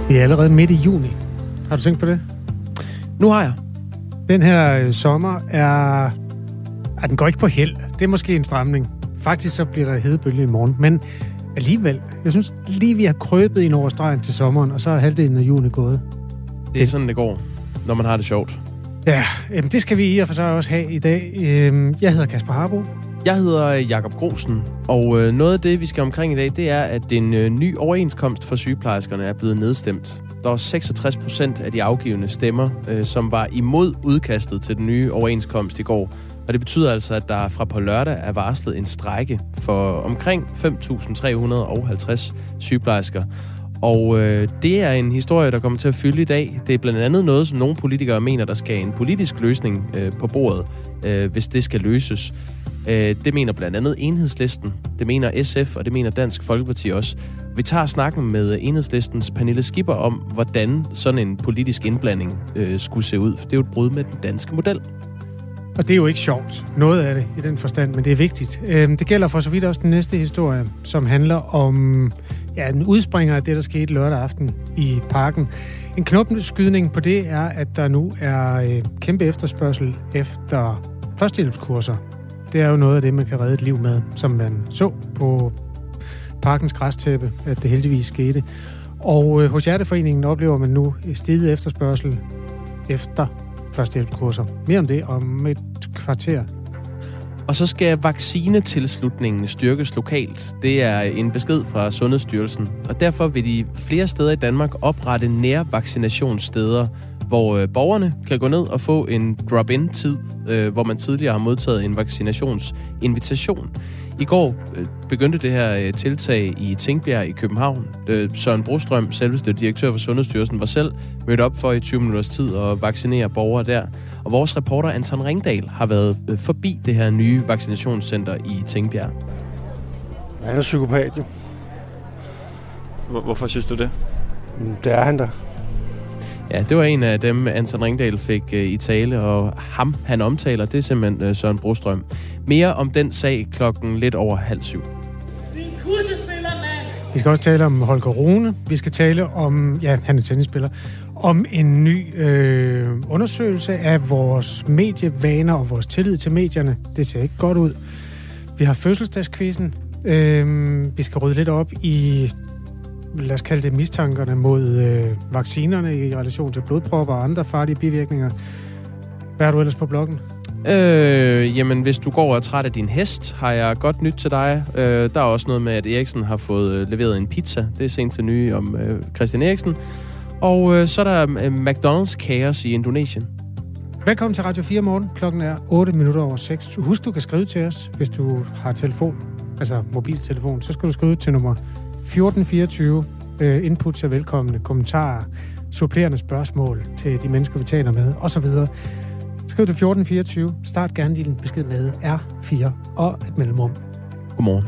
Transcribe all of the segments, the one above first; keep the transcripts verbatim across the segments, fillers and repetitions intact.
Vi er allerede midt i juni. Har du tænkt på det? Nu har jeg. Den her øh, sommer er... Ah, den går ikke på held. Det er måske en stramning. Faktisk så bliver der hedebølge i morgen. Men alligevel, jeg synes lige vi har krøbet ind over stregen til sommeren, og så er halvdelen af juni gået. Det er sådan, det går, når man har det sjovt. Ja, jamen, det skal vi i og for sig også have i dag. Jeg hedder Kasper Harbo. Jeg hedder Jakob Grosen, og øh, noget af det, vi skal omkring i dag, det er, at en øh, ny overenskomst for sygeplejerskerne er blevet nedstemt. Der var seksogtres procent af de afgivende stemmer, øh, som var imod udkastet til den nye overenskomst i går. Og det betyder altså, at der fra på lørdag er varslet en strejke for omkring fem tusind tre hundrede og halvtreds sygeplejersker. Og øh, det er en historie, der kommer til at fylde i dag. Det er blandt andet noget, som nogle politikere mener, der skal en politisk løsning øh, på bordet, øh, hvis det skal løses. Øh, det mener blandt andet Enhedslisten, det mener S F, og det mener Dansk Folkeparti også. Vi tager snakken med Enhedslistens Pernille Skipper om, hvordan sådan en politisk indblanding øh, skulle se ud. Det er jo et brud med den danske model. Og det er jo ikke sjovt, noget af det i den forstand, men det er vigtigt. Det gælder for så vidt også den næste historie, som handler om ja, en udspringer af det, der skete lørdag aften i Parken. En knopskydning på det er, at der nu er kæmpe efterspørgsel efter førstehjælpskurser. Det er jo noget af det, man kan redde et liv med, som man så på Parkens græstæppe, at det heldigvis skete. Og hos Hjerteforeningen oplever man nu steget efterspørgsel efter førstehjælpskurser. Mere om det om et kvarter. Og så skal vaccinetilslutningen styrkes lokalt. Det er en besked fra Sundhedsstyrelsen. Og derfor vil de flere steder i Danmark oprette nærvaccinationssteder, hvor borgerne kan gå ned og få en drop-in-tid, hvor man tidligere har modtaget en vaccinationsinvitation. I går begyndte det her tiltag i Tingbjerg i København. Søren Brostrøm, selveste direktør for Sundhedsstyrelsen, var selv mødt op for i tyve minutters tid at vaccinere borgere der. Og vores reporter Anton Ringdal har været forbi det her nye vaccinationscenter i Tingbjerg. Han er psykopat, jo. Hvorfor synes du det? Det er han da. Ja, det var en af dem, Anton Ringdal fik uh, i tale, og ham, han omtaler, det er simpelthen uh, Søren Brostrøm. Mere om den sag klokken lidt over halv syv. Vi skal også tale om Holger Rune. Vi skal tale om, ja, han er tennisspiller, om en ny øh, undersøgelse af vores medievaner og vores tillid til medierne. Det ser ikke godt ud. Vi har fødselsdagskvizzen. Øh, vi skal rydde lidt op i, lad os kalde det, mistankerne mod øh, vaccinerne i relation til blodpropper og andre farlige bivirkninger. Hvad har du ellers på bloggen? Øh, jamen, hvis du går og er træt af din hest, har jeg godt nyt til dig. Øh, der er også noget med, at Eriksen har fået øh, leveret en pizza. Det er sent til nye om øh, Christian Eriksen. Og øh, så er der øh, McDonald's kaos i Indonesien. Velkommen til Radio fire morgen. Klokken er otte minutter over seks. Husk, du kan skrive til os, hvis du har telefon, altså mobiltelefon. Så skal du skrive til nummer fjorten fireogtyve. Øh, inputs er velkomne, kommentarer, supplerende spørgsmål til de mennesker, vi taler med, osv. Skriv til fjorten fireogtyve. Start gerne din besked med R fire og et mellemrum. Godmorgen.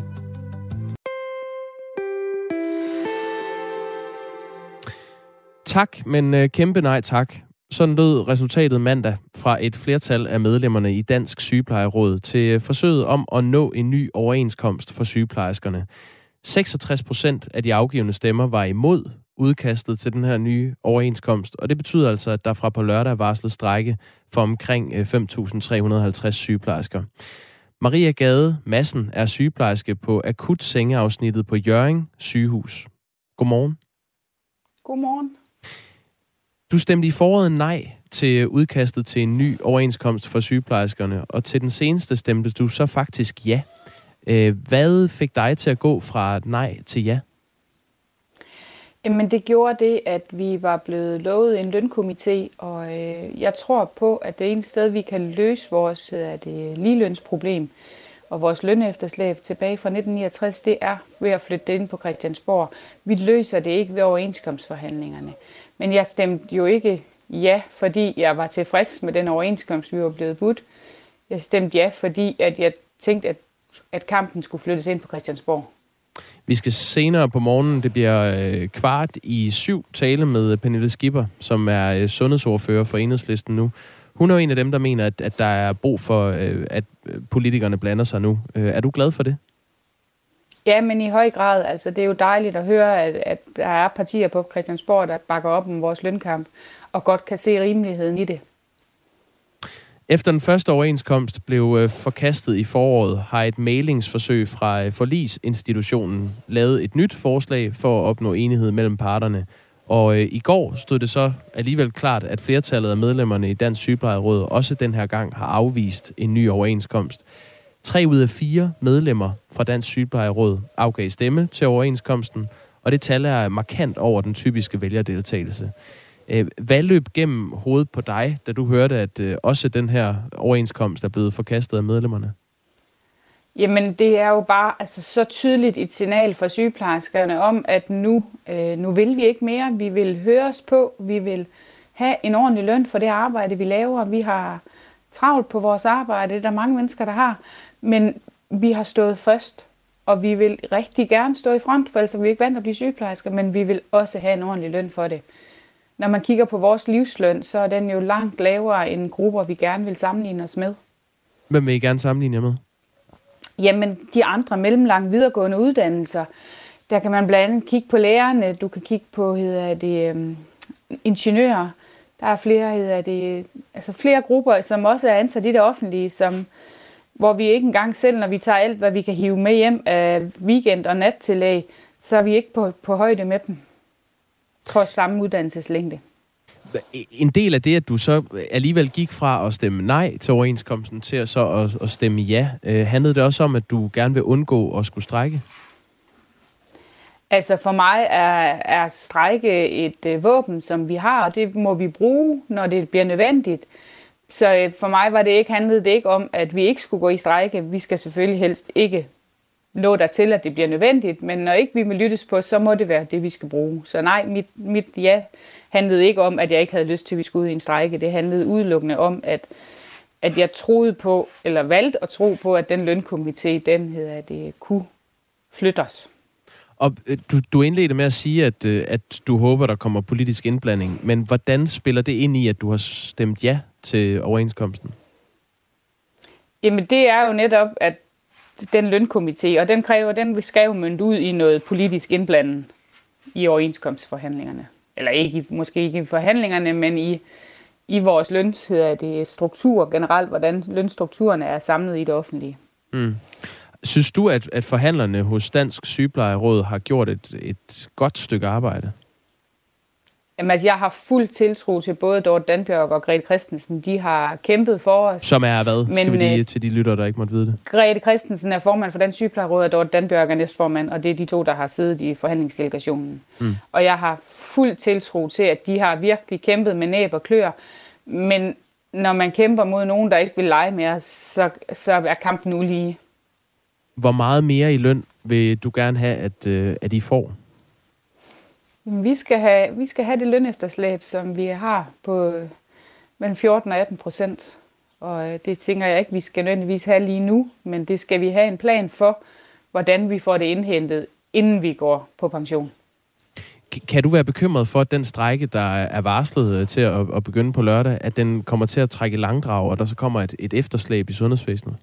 Tak, men øh, kæmpe nej tak. Sådan lød resultatet mandag fra et flertal af medlemmerne i Dansk Sygeplejeråd til forsøget om at nå en ny overenskomst for sygeplejerskerne. seksogtres procent af de afgivende stemmer var imod udkastet til den her nye overenskomst, og det betyder altså, at der fra på lørdag er varslet strejke for omkring fem tusind tre hundrede og halvtreds sygeplejersker. Maria Gade Madsen er sygeplejerske på akut sengeafsnittet på Hjørring sygehus. Godmorgen. Godmorgen. Du stemte i foråret nej til udkastet til en ny overenskomst for sygeplejerskerne, og til den seneste stemte du så faktisk ja. Hvad fik dig til at gå fra nej til ja? Jamen det gjorde det, at vi var blevet lovet en lønkomité, og øh, jeg tror på, at det eneste sted, vi kan løse vores er det ligelønsproblem og vores lønefterslæb tilbage fra nitten niogtres, det er ved at flytte det ind på Christiansborg. Vi løser det ikke ved overenskomstforhandlingerne. Men jeg stemte jo ikke ja, fordi jeg var tilfreds med den overenskomst, vi var blevet budt. Jeg stemte ja, fordi at jeg tænkte, at, at kampen skulle flyttes ind på Christiansborg. Vi skal senere på morgenen, det bliver øh, kvart i syv, tale med Pernille Skipper, som er øh, sundhedsordfører for Enhedslisten nu. Hun er jo en af dem, der mener, at, at der er brug for, øh, at politikerne blander sig nu. Øh, er du glad for det? Ja, men i høj grad. Altså, det er jo dejligt at høre, at, at der er partier på Christiansborg, der bakker op om vores lønkamp, og godt kan se rimeligheden i det. Efter den første overenskomst blev forkastet i foråret, har et mailingsforsøg fra Forligsinstitutionen lavet et nyt forslag for at opnå enighed mellem parterne. Og i går stod det så alligevel klart, at flertallet af medlemmerne i Dansk Sygeplejeråd også den her gang har afvist en ny overenskomst. Tre ud af fire medlemmer fra Dansk Sygeplejeråd afgav stemme til overenskomsten, og det tal er markant over den typiske vælgerdeltagelse. Hvad løb gennem hovedet på dig, da du hørte, at også den her overenskomst er blevet forkastet af medlemmerne? Jamen, det er jo bare altså, så tydeligt et signal fra sygeplejerskerne om, at nu, øh, nu vil vi ikke mere. Vi vil høres på. Vi vil have en ordentlig løn for det arbejde, vi laver. Vi har travlt på vores arbejde. Det er der mange mennesker, der har. Men vi har stået først, og vi vil rigtig gerne stå i front, for ellers er vi ikke vant at blive sygeplejersker, men vi vil også have en ordentlig løn for det. Når man kigger på vores livsløn, så er den jo langt lavere end grupper, vi gerne vil sammenligne os med. Hvem vil I gerne sammenligne jer med? Jamen, de andre mellemlange videregående uddannelser, der kan man blandt andet kigge på lærerne, du kan kigge på, hedder det, um, ingeniører. Der er flere, hedder det, altså flere grupper, som også er ansat i det offentlige, som, hvor vi ikke engang selv, når vi tager alt, hvad vi kan hive med hjem af weekend- og nattillæg, så er vi ikke på, på højde med dem. Trods samme uddannelseslængde. En del af det, at du så alligevel gik fra at stemme nej til overenskomsten til at så at, at stemme ja, øh, handlede det også om, at du gerne vil undgå at skulle strejke? Altså for mig er, er strejke et øh, våben, som vi har, og det må vi bruge, når det bliver nødvendigt. Så øh, for mig var det ikke, handlede det ikke om, at vi ikke skulle gå i strejke. Vi skal selvfølgelig helst ikke nå dertil, at det bliver nødvendigt, men når ikke vi vil lyttes på, så må det være det, vi skal bruge. Så nej, mit, mit ja handlede ikke om, at jeg ikke havde lyst til, at vi skulle ud i en strejke. Det handlede udelukkende om, at, at jeg troede på, eller valgte at tro på, at den lønkomité, den hedder, at det kunne flytte os. Og du, du indledte med at sige, at, at du håber, der kommer politisk indblanding, men hvordan spiller det ind i, at du har stemt ja til overenskomsten? Jamen det er jo netop, at den lønkomité, og den kræver, den skal jo mønte ud i noget politisk indblanden i overenskomstforhandlingerne. Eller ikke, måske ikke i forhandlingerne, men i, i vores løns, hedder det, struktur generelt, hvordan lønstrukturerne er samlet i det offentlige. Mm. Synes du, at, at forhandlerne hos Dansk Sygeplejeråd har gjort et, et godt stykke arbejde? Jamen, altså, jeg har fuld tiltro til både Dorte Danbjørg og Grete Christensen. De har kæmpet for os. Som er hvad? Men, Skal vi lige til de lyttere, der ikke måtte vide det? Grete Christensen er formand for Dansk Sygeplejeråd, og Dorte Danbjørg er næstformand, og det er de to, der har siddet i forhandlingsdelegationen. Mm. Og jeg har fuld tiltro til, at de har virkelig kæmpet med næb og klør. Men når man kæmper mod nogen, der ikke vil lege mere, så, så er kampen ulige. Hvor meget mere i løn vil du gerne have, at, øh, at I får? Vi skal have, vi skal have det lønefterslæb, som vi har på mellem fjorten og atten procent. Og det tænker jeg ikke, vi skal nødvendigvis have lige nu, men det skal vi have en plan for, hvordan vi får det indhentet, inden vi går på pension. Kan du være bekymret for, at den strejke, der er varslet til at, at begynde på lørdag, at den kommer til at trække langdrag, og der så kommer et, et efterslæb i sundhedsvæsenet?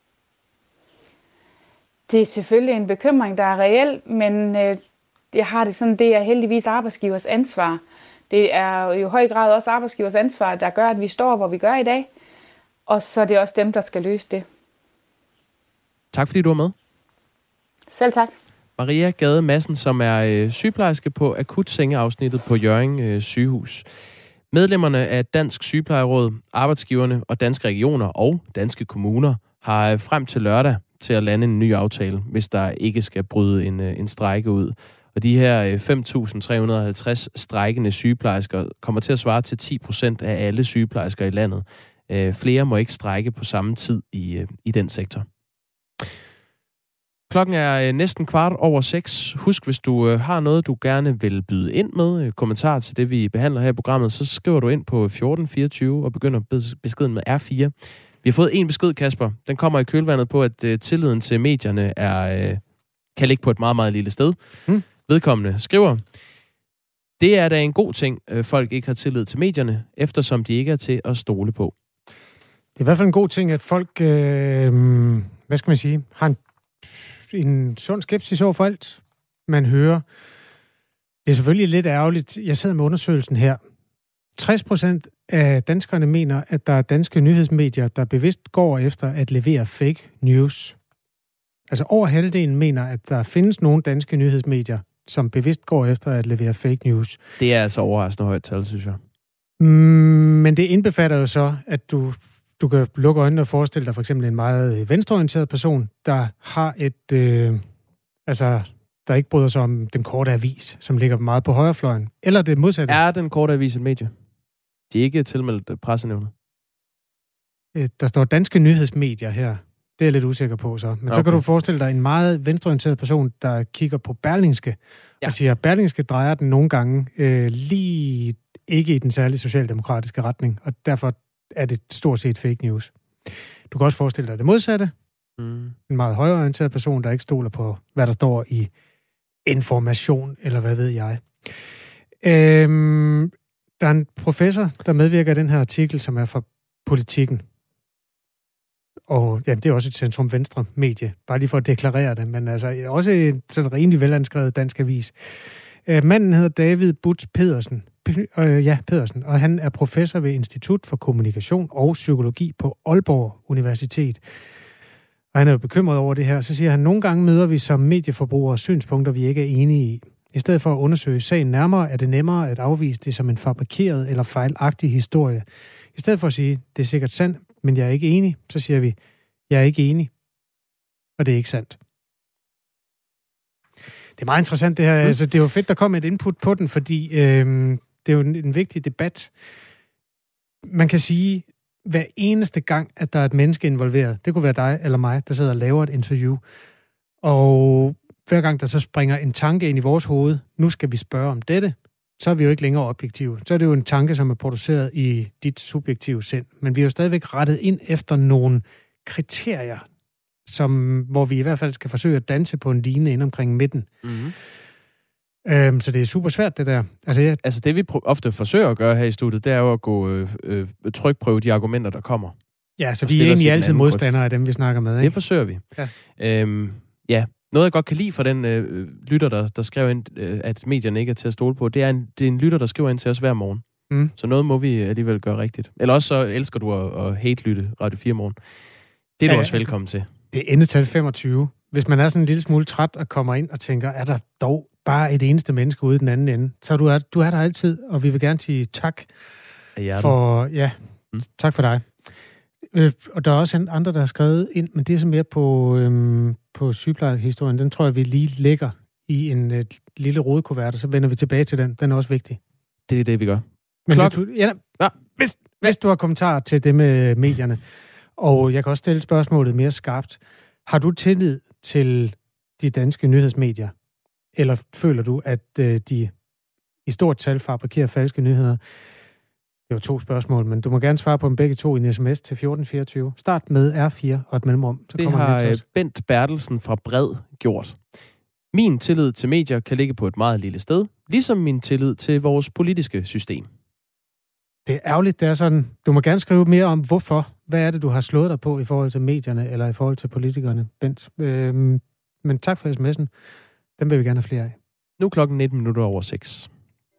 Det er selvfølgelig en bekymring, der er reel, men øh, jeg har det sådan, det er heldigvis arbejdsgivers ansvar. Det er jo i høj grad også arbejdsgivers ansvar, der gør, at vi står, hvor vi gør i dag. Og så er det også dem, der skal løse det. Tak fordi du var med. Selv tak. Maria Gade Madsen, som er øh, sygeplejerske på akutsengeafsnittet på Hjørring øh, sygehus. Medlemmerne af Dansk Sygeplejeråd, arbejdsgiverne og danske regioner og danske kommuner har øh, frem til lørdag til at lande en ny aftale, hvis der ikke skal bryde en, en strejke ud. Og de her fem tusind tre hundrede og halvtreds strejkende sygeplejersker kommer til at svare til ti procent af alle sygeplejersker i landet. Flere må ikke strejke på samme tid i, i den sektor. Klokken er næsten kvart over seks. Husk, hvis du har noget, du gerne vil byde ind med, kommentar til det, vi behandler her i programmet, så skriver du ind på fjorten fireogtyve og begynder beskeden med R fire. Vi har fået en besked, Kasper. Den kommer i kølvandet på, at uh, tilliden til medierne er, uh, kan ligge på et meget, meget lille sted. Hmm. Vedkommende skriver, det er da en god ting, uh, folk ikke har tillid til medierne, eftersom de ikke er til at stole på. Det er i hvert fald en god ting, at folk, øh, hvad skal man sige, har en, en sund skepsis over for alt, man hører. Det er selvfølgelig lidt ærgerligt. Jeg sidder med undersøgelsen her. tres procent af danskerne mener, at der er danske nyhedsmedier, der bevidst går efter at levere fake news. Altså over halvdelen mener, at der findes nogle danske nyhedsmedier, som bevidst går efter at levere fake news. Det er altså overraskende højt tal, synes jeg. Mm, men det indbefatter jo så, at du, du kan lukke øjnene og forestille dig for eksempel en meget venstreorienteret person, der har et... Øh, altså... der ikke bryder sig om den korte avis, som ligger meget på højrefløjen. Eller det modsatte. Er den korte avis et medie? De er ikke tilmeldt pressenævnet. Der står danske nyhedsmedier her. Det er jeg lidt usikker på så. Men okay. Så kan du forestille dig en meget venstreorienteret person, der kigger på Berlingske, ja. Og siger, at Berlingske drejer den nogle gange øh, lige ikke i den særlige socialdemokratiske retning, og derfor er det stort set fake news. Du kan også forestille dig det modsatte. Mm. En meget højreorienteret person, der ikke stoler på, hvad der står i Information, eller hvad ved jeg. Øhm, der er en professor, der medvirker i den her artikel, som er fra Politikken. Og ja, det er også et centrum-venstre-medie, bare lige for at deklarere det, men altså også et sådan rimelig velanskrevet dansk avis. Øh, manden hedder David Butz Pedersen, P- øh, ja, Pedersen, og han er professor ved Institut for Kommunikation og Psykologi på Aalborg Universitet. Og han er jo bekymret over det her. Så siger han, nogle gange møder vi som medieforbrugere synspunkter, vi ikke er enige i. I stedet for at undersøge sagen nærmere, er det nemmere at afvise det som en fabrikeret eller fejlagtig historie. I stedet for at sige, det er sikkert sandt, men jeg er ikke enig, så siger vi, jeg er ikke enig, og det er ikke sandt. Det er meget interessant det her. Mm. Altså, det er jo fedt, der kom et input på den, fordi øh, det er jo en, en vigtig debat. Man kan sige, hver eneste gang, at der er et menneske involveret, det kunne være dig eller mig, der sidder og laver et interview, og hver gang der så springer en tanke ind i vores hoved, nu skal vi spørge om dette, så er vi jo ikke længere objektive. Så er det jo en tanke, som er produceret i dit subjektive sind. Men vi er jo stadigvæk rettet ind efter nogle kriterier, som, hvor vi i hvert fald skal forsøge at danse på en line ind omkring midten. Mm-hmm. Øhm, så det er super svært, det der. Altså, jeg... altså det, vi ofte forsøger at gøre her i studiet, det er jo at gå øh, øh, trykprøve de argumenter, der kommer. Ja, så vi er egentlig altid modstandere af dem, vi snakker med, ikke? Det forsøger vi. Ja. Øhm, ja. Noget, jeg godt kan lide fra den øh, lytter, der, der skrev ind, øh, at medierne ikke er til at stole på, det er en, det er en lytter, der skriver ind til os hver morgen. Mm. Så noget må vi alligevel gøre rigtigt. Eller også så elsker du at, at hate-lytte Radio fire morgen. Det er ja, du også velkommen til. Det er endetal femogtyve. Hvis man er sådan en lille smule træt og kommer ind og tænker, er der dog bare et eneste menneske ude i den anden ende, så du er, du er der altid, og vi vil gerne sige tak for, ja, mm. tak for dig. Øh, og der er også andre, der har skrevet ind, men det er så mere på, øhm, på sygeplejehistorien. Den tror jeg, vi lige lægger i en et lille rodekuvert, og så vender vi tilbage til den. Den er også vigtig. Det er det, vi gør. Men hvis du, ja, ja. Hvis, hvis du har kommentarer til det med medierne, og jeg kan også stille spørgsmålet mere skarpt. Har du tillid til de danske nyhedsmedier? Eller føler du, at øh, de i stort tal fabrikerer falske nyheder? Det var to spørgsmål, men du må gerne svare på dem begge to i en sms til fjorten fireogtyve. Start med R fire og et mellemrum. Så det kommer har Bent Bertelsen fra Bred gjort. Min tillid til medier kan ligge på et meget lille sted, ligesom min tillid til vores politiske system. Det er ærgerligt, det er sådan. Du må gerne skrive mere om, hvorfor. Hvad er det, du har slået dig på i forhold til medierne, eller i forhold til politikerne, Bent? Øhm, men tak for sms'en. Den vil vi gerne have flere af. Nu er klokken nitten minutter over seks.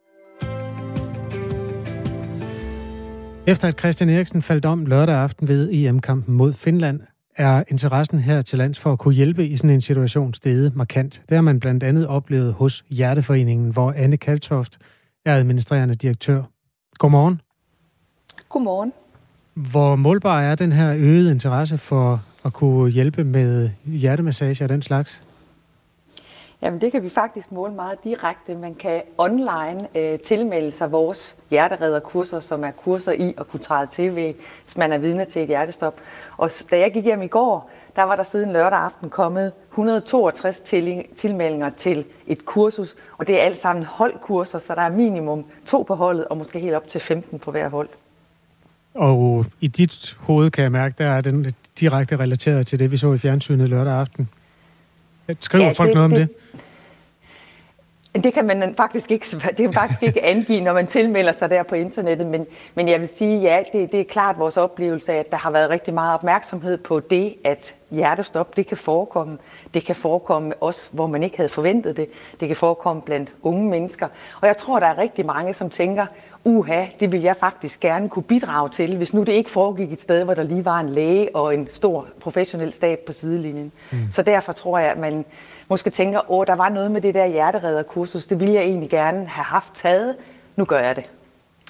Efter at Christian Eriksen faldt om lørdag aften ved E M-kampen mod Finland, er interessen her til lands for at kunne hjælpe i sådan en situation steget markant. Det har man blandt andet oplevet hos Hjerteforeningen, hvor Anne Kaltoft er administrerende direktør. Godmorgen. Godmorgen. Hvor målbar er den her øgede interesse for at kunne hjælpe med hjertemassage og den slags? Jamen det kan vi faktisk måle meget direkte. Man kan online øh, tilmelde sig vores hjerteredderkurser, som er kurser i at kunne træde til, hvis man er vidne til et hjertestop. Og da jeg gik hjem i går, der var der siden lørdag aften kommet et hundrede og toogtres tilmeldinger til et kursus. Og det er alt sammen holdkurser, så der er minimum to på holdet, og måske helt op til femten på hver hold. Og i dit hoved, kan jeg mærke, der er den direkte relateret til det, vi så i fjernsynet lørdag aften. Skriver ja, folk det, noget om det? Det kan man faktisk ikke, det kan faktisk ikke angive, når man tilmelder sig der på internettet, men, men jeg vil sige, ja, det, det er klart vores oplevelse af, at der har været rigtig meget opmærksomhed på det, at hjertestop, det kan forekomme. Det kan forekomme også, hvor man ikke havde forventet det. Det kan forekomme blandt unge mennesker. Og jeg tror, der er rigtig mange, som tænker, uha, det vil jeg faktisk gerne kunne bidrage til, hvis nu det ikke foregik et sted, hvor der lige var en læge og en stor professionel stab på sidelinjen. Mm. Så derfor tror jeg, at man måske tænker, åh, der var noget med det der hjerteredderkursus, det ville jeg egentlig gerne have haft taget. Nu gør jeg det.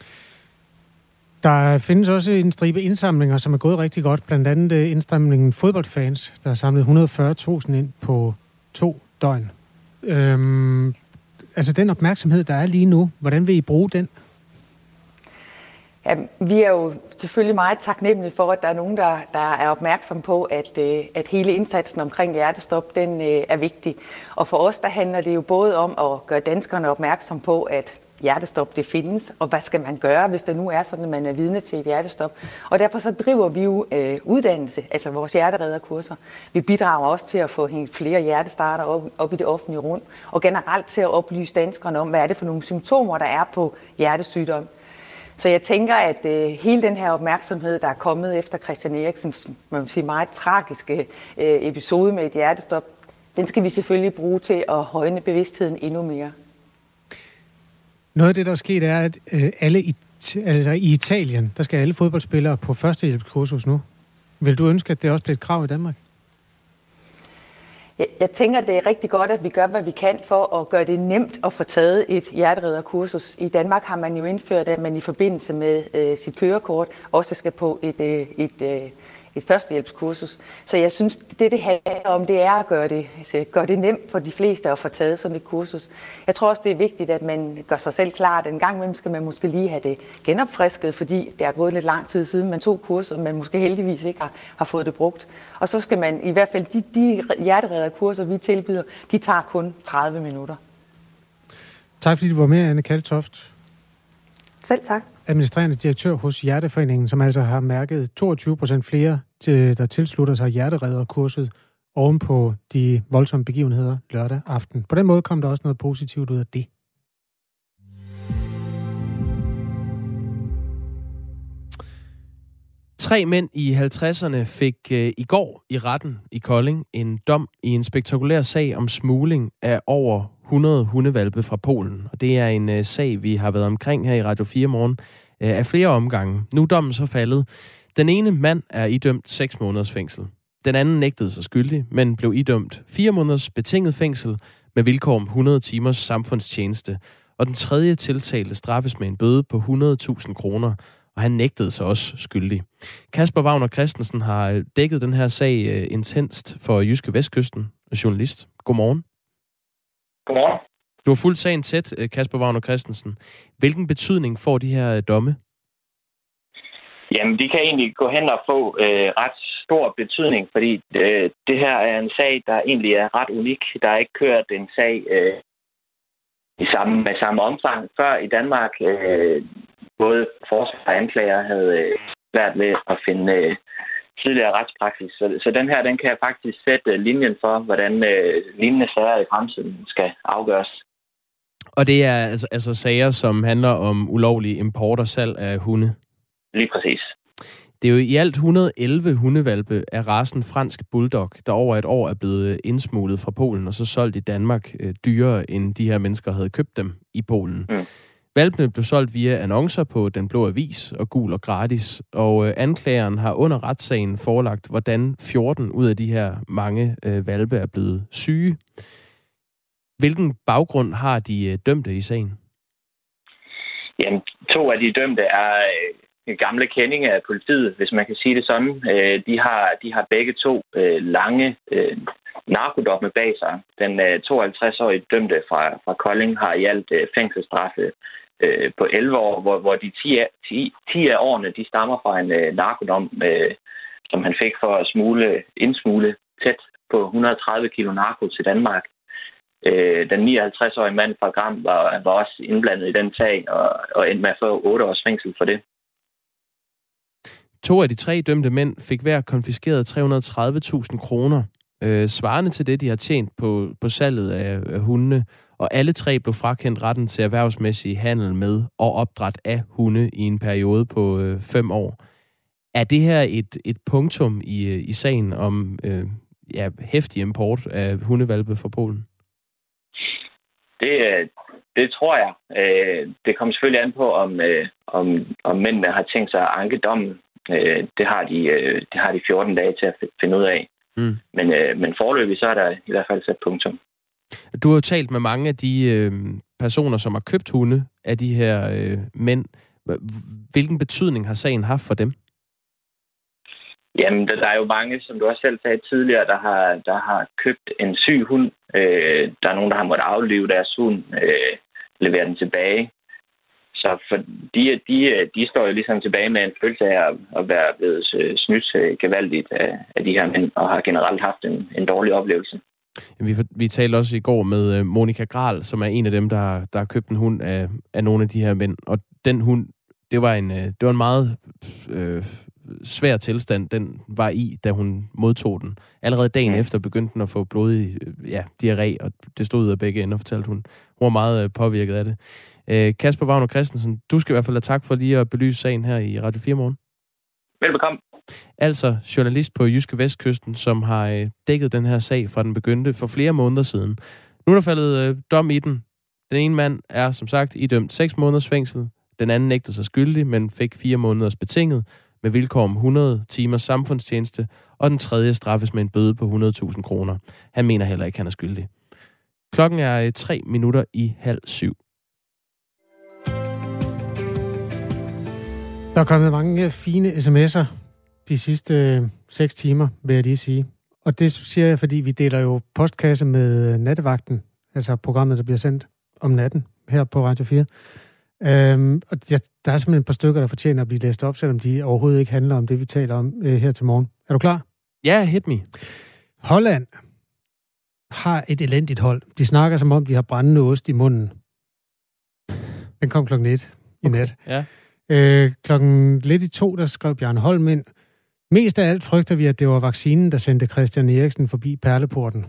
Der findes også en stribe indsamlinger, som er gået rigtig godt. Blandt andet indsamlingen fodboldfans, der har samlet et hundrede og fyrre tusind ind på to døgn. Øhm, altså den opmærksomhed, der er lige nu, hvordan vil I bruge den? Ja, vi er jo selvfølgelig meget taknemmelige for, at der er nogen, der, der er opmærksom på, at, at hele indsatsen omkring hjertestop, den er vigtig. Og for os, der handler det jo både om at gøre danskerne opmærksom på, at hjertestop det findes, og hvad skal man gøre, hvis det nu er sådan, at man er vidne til et hjertestop. Og derfor så driver vi jo øh, uddannelse, altså vores hjerteredderkurser. Vi bidrager også til at få hængt flere hjertestarter op, op i det offentlige rum, og generelt til at oplyse danskerne om, hvad er det for nogle symptomer, der er på hjertesygdom. Så jeg tænker, at øh, hele den her opmærksomhed, der er kommet efter Christian Eriksens, man vil sige, meget tragiske øh, episode med et hjertestop, den skal vi selvfølgelig bruge til at højne bevidstheden endnu mere. Noget af det, der er sket, er, at øh, alle i, altså i Italien, der skal alle fodboldspillere på førstehjælpskursus nu. Vil du ønske, at det også bliver et krav i Danmark? Jeg, jeg tænker, det er rigtig godt, at vi gør, hvad vi kan for at gøre det nemt at få taget et hjerteredderkursus. I Danmark har man jo indført, at man i forbindelse med øh, sit kørekort også skal på et, øh, et, øh, et førstehjælpskursus. Så jeg synes, det det handler om, det er at gøre det, altså, gøre det nemt for de fleste at få taget sådan et kursus. Jeg tror også, det er vigtigt, at man gør sig selv klart, at en gang imellem skal man måske lige have det genopfrisket, fordi det er gået lidt lang tid siden, man tog kurser, men måske heldigvis ikke har, har fået det brugt. Og så skal man i hvert fald, de, de hjerteredderkurser, vi tilbyder, de tager kun tredive minutter. Tak fordi du var med, Anne Kaltoft. Selv tak. Administrerende direktør hos Hjerteforeningen, som altså har mærket toogtyve procent flere, til, der tilslutter sig hjerteredderkurset oven på de voldsomme begivenheder lørdag aften. På den måde kom der også noget positivt ud af det. Tre mænd i halvtredserne fik øh, i går i retten i Kolding en dom i en spektakulær sag om smugling af over hundrede hundevalpe fra Polen. Og det er en øh, sag, vi har været omkring her i Radio fire Morgen øh, af flere omgange. Nu er dommen så faldet. Den ene mand er idømt seks måneders fængsel. Den anden nægtede sig skyldig, men blev idømt fire måneders betinget fængsel med vilkår om hundrede timers samfundstjeneste. Og den tredje tiltalte straffes med en bøde på hundrede tusind kroner, og han nægtede sig også skyldig. Kasper Wagner Christensen har dækket den her sag intenst for Jyske Vestkysten, journalist. Godmorgen. Godmorgen. Du har fulgt sagen tæt, Kasper Wagner Christensen. Hvilken betydning får de her domme? Jamen, de kan egentlig gå hen og få øh, ret stor betydning, fordi øh, det her er en sag, der egentlig er ret unik. Der er ikke kørt en sag øh, i samme, med samme omfang før i Danmark. Øh, både forsvar og anklager havde øh, svært ved at finde øh, tidligere retspraksis. Så, så den her, den kan faktisk sætte linjen for, hvordan øh, lignende sager i fremtiden skal afgøres. Og det er altså, altså sager, som handler om ulovlig import og salg af hunde? Lige præcis. Det er jo i alt et hundrede og elleve hundevalpe af racen fransk bulldog, der over et år er blevet indsmuglet fra Polen og så solgt i Danmark øh, dyrere, end de her mennesker havde købt dem i Polen. Mm. Valpene blev solgt via annoncer på Den Blå Avis og Gul og Gratis, og øh, anklageren har under retssagen forelagt, hvordan fjorten ud af de her mange øh, valpe er blevet syge. Hvilken baggrund har de øh, dømte i sagen? Jamen, to af de dømte er øh, gamle kendinge af politiet, hvis man kan sige det sådan. Øh, de, har, de har begge to øh, lange øh, narkodomme bag sig. Den øh, tooghalvtreds-årige dømte fra, fra Kolding har i alt øh, fængselsstraffe øh, på elleve år, hvor, hvor de ti af, ti, ti af årene de stammer fra en øh, narkodom, øh, som han fik for at smule, indsmule tæt på et hundrede og tredive kilo narko til Danmark. Øh, den nioghalvtreds-årige mand fra Gram var, var også indblandet i den sag, og, og endte med at få otte års fængsel for det. To af de tre dømte mænd fik hver konfiskeret tre hundrede og tredive tusind kroner, øh, svarende til det, de har tjent på, på salget af, af hundene, og alle tre blev frakendt retten til erhvervsmæssig handel med og opdræt af hunde i en periode på øh, fem år. Er det her et, et punktum i, i sagen om øh, ja, heftig import af hundevalpe fra Polen? Det, det tror jeg. Det kommer selvfølgelig an på, om, om, om mændene har tænkt sig at anke dommen. Det har de, det har de fjorten dage til at finde ud af. Mm. Men, men foreløbig så er der i hvert fald sat punktum. Du har jo talt med mange af de øh, personer, som har købt hunde af de her øh, mænd. Hvilken betydning har sagen haft for dem? Jamen, der er jo mange, som du også selv sagde tidligere, der har, der har købt en syg hund. Øh, der er nogen, der har måttet aflive deres hund, øh, levere den tilbage. Så for de, de, de står jo ligesom tilbage med en følelse af at være blevet snydt gevaldigt af, af de her mænd, og har generelt haft en, en dårlig oplevelse. Vi, vi talte også i går med Monika Gral, som er en af dem, der, der har købt en hund af, af nogle af de her mænd. Og den hund, det var en, det var en meget øh, svær tilstand, den var i, da hun modtog den. Allerede dagen mm. efter begyndte den at få blodig ja, diarré, og det stod ud af begge ender, fortalte hun. Hun var meget påvirket af det. Øh, Kasper Wagner Christensen, du skal i hvert fald have tak for lige at belyse sagen her i Radio fire Morgen. Velbekomme. Altså journalist på Jyske Vestkysten, som har øh, dækket den her sag fra den begyndte for flere måneder siden. Nu er der faldet øh, dom i den. Den ene mand er som sagt idømt seks måneders fængsel. Den anden nægtede sig skyldig, men fik fire måneders betinget med vilkår om hundrede timers samfundstjeneste, og den tredje straffes med en bøde på hundrede tusind kroner. Han mener heller ikke, han er skyldig. Klokken er øh, tre minutter i halv syv. Der er kommet mange fine sms'er de sidste øh, seks timer, vil jeg lige sige. Og det siger jeg, fordi vi deler jo postkasse med Nattevagten, altså programmet, der bliver sendt om natten her på Radio fire. Øhm, og ja, der er simpelthen et par stykker, der fortjener at blive læst op, selvom de overhovedet ikke handler om det, vi taler om øh, her til morgen. Er du klar? Ja, yeah, hit me. Holland har et elendigt hold. De snakker som om, de har brændende ost i munden. Den kom klokken et i okay. nat. Ja. Øh, klokken lidt i to, der skrev Bjarne Holm ind. Mest af alt frygter vi, at det var vaccinen, der sendte Christian Eriksen forbi perleporten.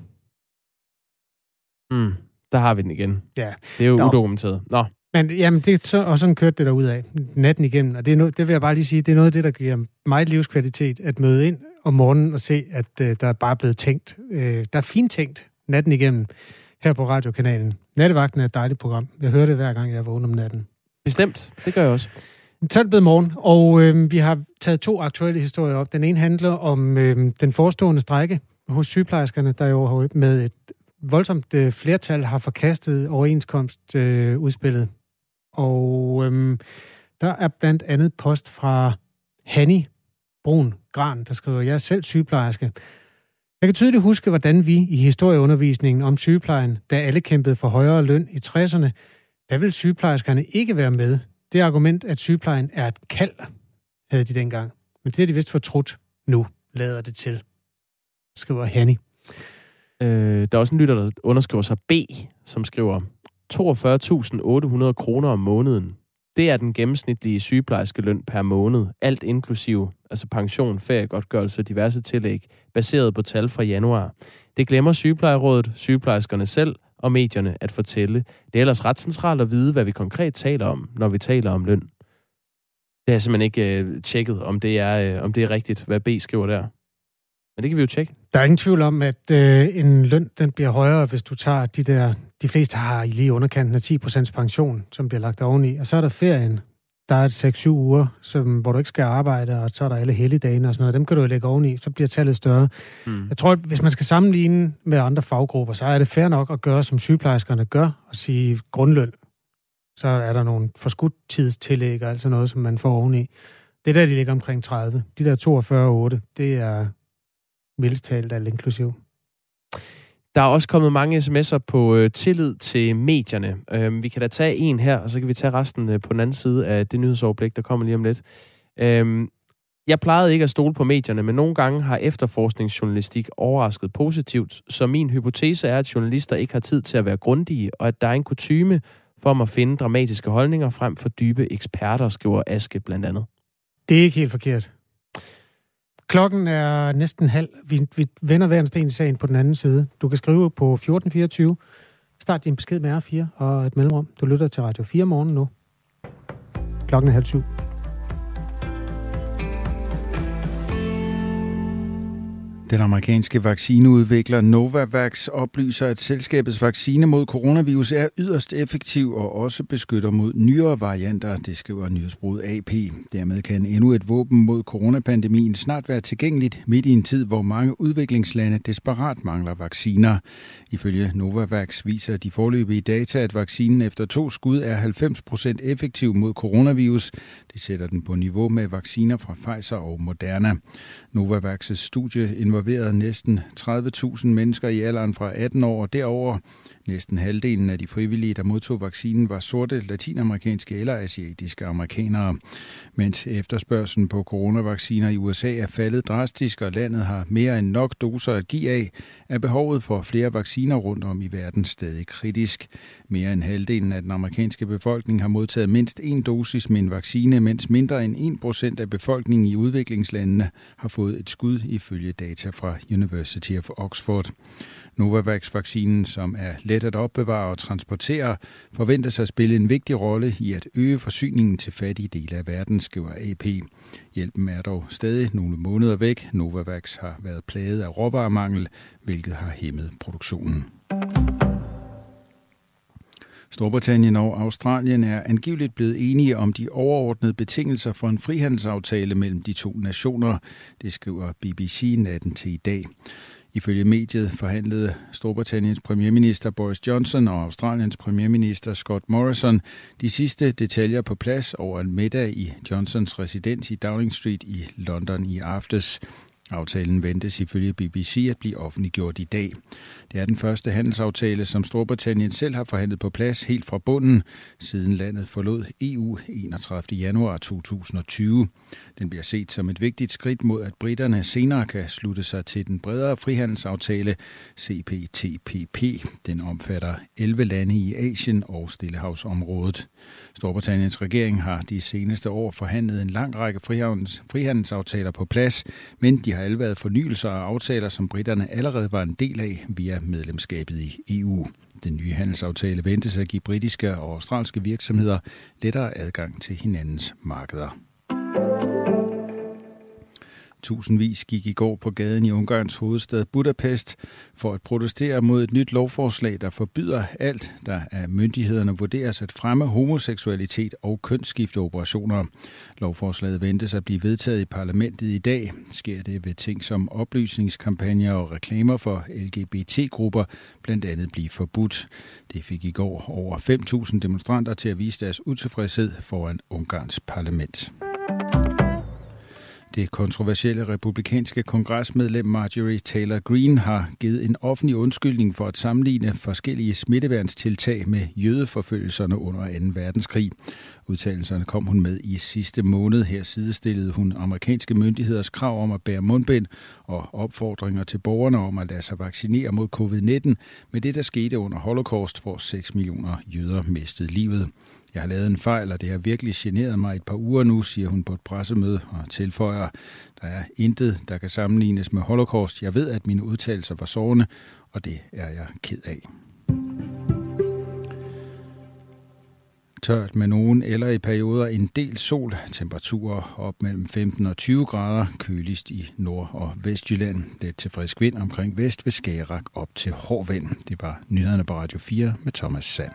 Mm, der har vi den igen. Ja. Det er jo Nå. udokumenteret. Nå. Men jamen, det er så, og sådan kørte det der ud af natten igennem. Og det, er no, det vil jeg bare lige sige, det er noget af det, der giver mig livskvalitet, at møde ind om morgenen og se, at øh, der er bare blevet tænkt. Øh, der er fint tænkt natten igennem her på radiokanalen. Nattevagten er et dejligt program. Jeg hører det hver gang, jeg vågner om natten. Bestemt. Det gør jeg også. Så er det blevet morgen, og øh, vi har taget to aktuelle historier op. Den ene handler om øh, den forestående strejke hos sygeplejerskerne, der jo med et voldsomt øh, flertal har forkastet overenskomstudspillet. Øh, og øh, der er blandt andet post fra Hanni Brun Gran, der skriver, jeg er selv sygeplejerske. Jeg kan tydeligt huske, hvordan vi i historieundervisningen om sygeplejen, da alle kæmpede for højere løn i tresserne, der vil sygeplejerskerne ikke være med. Det argument, at sygeplejen er et kald, havde de dengang. Men det har de vist fortrudt nu, lader det til, skriver Hanni. Øh, der er også en lytter, der underskriver sig B, som skriver toogfyrre tusind otte hundrede kroner om måneden. Det er den gennemsnitlige sygeplejerske løn per måned, alt inklusiv, altså pension, feriegodtgørelse og diverse tillæg, baseret på tal fra januar. Det glemmer sygeplejerådet, sygeplejerskerne selv og medierne at fortælle. Det er ellers ret centralt at vide, hvad vi konkret taler om, når vi taler om løn. Det har simpelthen ikke øh, tjekket, om det, er, øh, om det er rigtigt, hvad B skriver der. Men det kan vi jo tjekke. Der er ingen tvivl om, at øh, en løn den bliver højere, hvis du tager de der... De fleste har i lige underkanten af ti procent pension, som bliver lagt oveni. Og så er der ferien. Der er et seks syv uger, som, hvor du ikke skal arbejde, og så er der alle helligdagene og sådan noget. Dem kan du jo lægge oveni, så bliver tallet større. Mm. Jeg tror, at hvis man skal sammenligne med andre faggrupper, så er det fair nok at gøre, som sygeplejerskerne gør, og sige grundløn. Så er der nogle forskudt tidstillæg og alt sådan noget, som man får oveni. Det der, de ligger omkring tredive. De der toogfyrre komma otte, det er mildest talt alt inklusiv. Der er også kommet mange sms'er på øh, tillid til medierne. Øh, vi kan da tage en her, og så kan vi tage resten øh, på den anden side af det nyhedsoverblik, der kommer lige om lidt. Øh, jeg plejede ikke at stole på medierne, men nogle gange har efterforskningsjournalistik overrasket positivt, så min hypotese er, at journalister ikke har tid til at være grundige, og at der er en kutyme for om at finde dramatiske holdninger frem for dybe eksperter, skriver Aske blandt andet. Det er ikke helt forkert. Klokken er næsten halv. Vi, vi vender hver en sten i sagen på den anden side. Du kan skrive på fjorten fireogtyve. Start din besked med R fire og et mellemrum. Du lytter til Radio fire morgen nu. Klokken er halv syv. Den amerikanske vaccineudvikler Novavax oplyser, at selskabets vaccine mod coronavirus er yderst effektiv og også beskytter mod nyere varianter, det skriver nyhedsbureauet A P. Dermed kan endnu et våben mod coronapandemien snart være tilgængeligt midt i en tid, hvor mange udviklingslande desperat mangler vacciner. Ifølge Novavax viser de foreløbige data, at vaccinen efter to skud er halvfems procent effektiv mod coronavirus. Det sætter den på niveau med vacciner fra Pfizer og Moderna. Novavax's studie involverede næsten tredive tusind mennesker i alderen fra atten år og derover. Næsten halvdelen af de frivillige, der modtog vaccinen, var sorte, latinamerikanske eller asiatiske amerikanere. Mens efterspørgselen på coronavacciner i U S A er faldet drastisk, og landet har mere end nok doser at give af, er behovet for flere vacciner rundt om i verden stadig kritisk. Mere end halvdelen af den amerikanske befolkning har modtaget mindst en dosis med en vaccine, mens mindre end en procent af befolkningen i udviklingslandene har fået et skud ifølge data fra University of Oxford. Novavax-vaccinen, som er let at opbevare og transportere, forventes at spille en vigtig rolle i at øge forsyningen til fattige dele af verden, skriver A P. Hjælpen er dog stadig nogle måneder væk. Novavax har været plaget af råvaremangel, hvilket har hæmmet produktionen. Storbritannien og Australien er angiveligt blevet enige om de overordnede betingelser for en frihandelsaftale mellem de to nationer. Det skriver B B C natten til i dag. Ifølge mediet forhandlede Storbritanniens premierminister Boris Johnson og Australiens premierminister Scott Morrison de sidste detaljer på plads over en middag i Johnsons residens i Downing Street i London i aftes. Aftalen ventes ifølge B B C at blive offentliggjort i dag. Det er den første handelsaftale, som Storbritannien selv har forhandlet på plads helt fra bunden, siden landet forlod E U enogtredivte januar to tusind og tyve. Den bliver set som et vigtigt skridt mod, at briterne senere kan slutte sig til den bredere frihandelsaftale C P T P P. Den omfatter elleve lande i Asien og Stillehavsområdet. Storbritanniens regering har de seneste år forhandlet en lang række frihandels- frihandelsaftaler på plads, men de har alle været fornyelser af aftaler, som briterne allerede var en del af via medlemskabet i E U. Den nye handelsaftale ventes at give britiske og australske virksomheder lettere adgang til hinandens markeder. Tusindvis gik i går på gaden i Ungarns hovedstad Budapest for at protestere mod et nyt lovforslag, der forbyder alt, der af myndighederne vurderes at fremme homoseksualitet og kønsskifteoperationer. Lovforslaget ventes at blive vedtaget i parlamentet i dag. Sker det ved ting som oplysningskampagner og reklamer for L G B T-grupper blandt andet blive forbudt. Det fik i går over fem tusind demonstranter til at vise deres utilfredshed foran Ungarns parlament. Det kontroversielle republikanske kongresmedlem Marjorie Taylor Greene har givet en offentlig undskyldning for at sammenligne forskellige smitteværnstiltag med jødeforfølgelserne under anden verdenskrig. Udtalelserne kom hun med i sidste måned. Her sidestillede hun amerikanske myndigheders krav om at bære mundbind og opfordringer til borgerne om at lade sig vaccinere mod covid nitten med det, der skete under Holocaust, hvor seks millioner jøder mistede livet. Jeg har lavet en fejl, og det har virkelig generet mig et par uger nu, siger hun på et pressemøde og tilføjer, der er intet, der kan sammenlignes med Holocaust. Jeg ved, at mine udtalelser var sårende, og det er jeg ked af. Tørt med nogen eller i perioder en del sol, temperaturer op mellem femten og tyve grader, køligst i Nord- og Vestjylland. Lidt til frisk vind omkring vest ved Skagerrak op til hård vind. Det var nyhederne på Radio fire med Thomas Sand.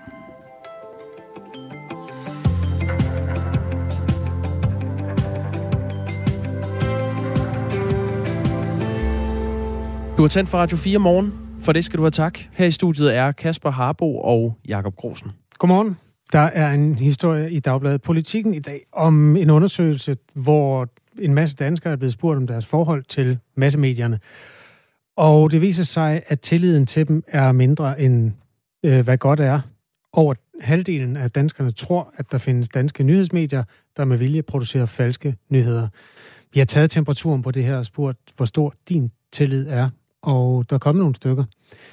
Du har tændt for Radio fire morgen. For det skal du have tak. Her i studiet er Kasper Harbo og Jakob Grosen. Godmorgen. Der er en historie i Dagbladet Politikken i dag om en undersøgelse, hvor en masse danskere er blevet spurgt om deres forhold til massemedierne. Og det viser sig, at tilliden til dem er mindre end øh, hvad godt er. Over halvdelen af danskerne tror, at der findes danske nyhedsmedier, der med vilje producerer falske nyheder. Vi har taget temperaturen på det her og spurgt, hvor stor din tillid er, og der er kommet nogle stykker.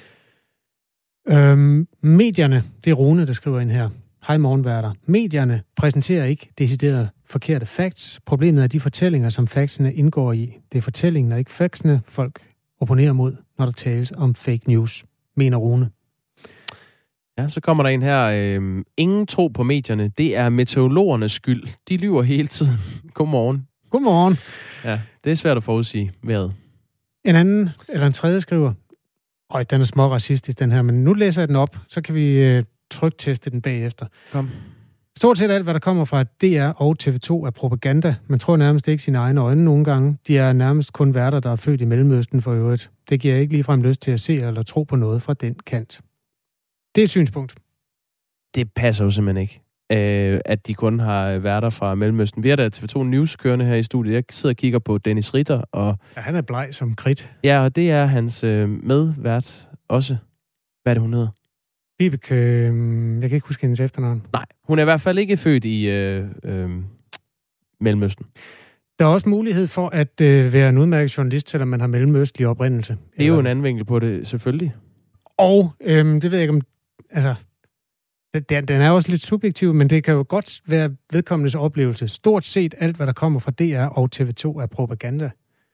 Øhm, medierne, det er Rune, der skriver ind her. Hej morgenværter. Medierne præsenterer ikke decideret forkerte facts. Problemet er de fortællinger, som factsene indgår i. Det er fortællingen og ikke factsene, folk opponerer mod, når der tales om fake news, mener Rune. Ja, så kommer der en her. Øh, ingen tro på medierne. Det er meteorologernes skyld. De lyver hele tiden. Godmorgen. Godmorgen. Ja, det er svært at forudsige vejret. En anden, eller en tredje skriver, øj, den er små racistisk, den her, men nu læser jeg den op, så kan vi øh, trykteste den bagefter. Kom. Stort set alt, hvad der kommer fra D R og T V to, er propaganda. Man tror nærmest ikke sine egne øjne nogle gange. De er nærmest kun værter, der er født i Mellemøsten for øvrigt. Det giver ikke ligefrem lyst til at se eller tro på noget fra den kant. Det er et synspunkt. Det passer jo simpelthen ikke, øh, at de kun har værter fra Mellemøsten. Vi har da T V to News kørende her i studiet. Jeg sidder og kigger på Dennis Ritter. Og ja, han er bleg som kridt. Ja, og det er hans øh, medvært også. Hvad er det, hun hedder? Vibeke, øh, jeg kan ikke huske hendes efternavn. Nej, hun er i hvert fald ikke født i øh, øh, Mellemøsten. Der er også mulighed for at øh, være en udmærket journalist, selvom man har mellemøstlig oprindelse. Det er jo en anden vinkel på det, selvfølgelig. Og øh, det ved jeg ikke om... Altså, den, den er også lidt subjektiv, men det kan jo godt være vedkommendes oplevelse. Stort set alt, hvad der kommer fra D R og T V to, er propaganda.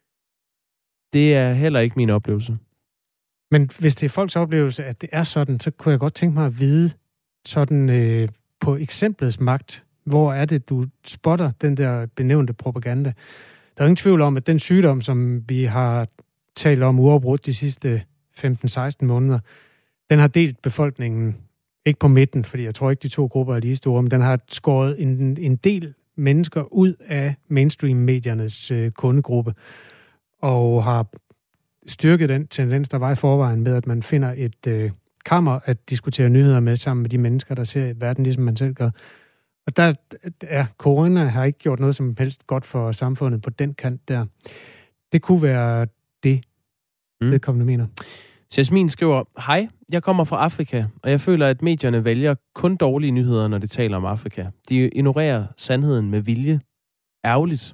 Det er heller ikke min oplevelse. Men hvis det er folks oplevelse, at det er sådan, så kunne jeg godt tænke mig at vide sådan øh, på eksemplets magt, hvor er det, du spotter den der benævnte propaganda. Der er ingen tvivl om, at den sygdom, som vi har talt om uafbrudt de sidste femten seksten måneder, den har delt befolkningen, ikke på midten, fordi jeg tror ikke, de to grupper er lige store, men den har skåret en, en del mennesker ud af mainstream-mediernes øh, kundegruppe, og har styrket den tendens, der var i forvejen med, at man finder et øh, kammer at diskutere nyheder med sammen med de mennesker, der ser verden, ligesom man selv gør. Og der er corona har ikke gjort noget som helst godt for samfundet på den kant der. Det kunne være det, mm. vedkommende mener. Jasmin skriver, hej, jeg kommer fra Afrika, og jeg føler, at medierne vælger kun dårlige nyheder, når de taler om Afrika. De ignorerer sandheden med vilje. Ærgerligt.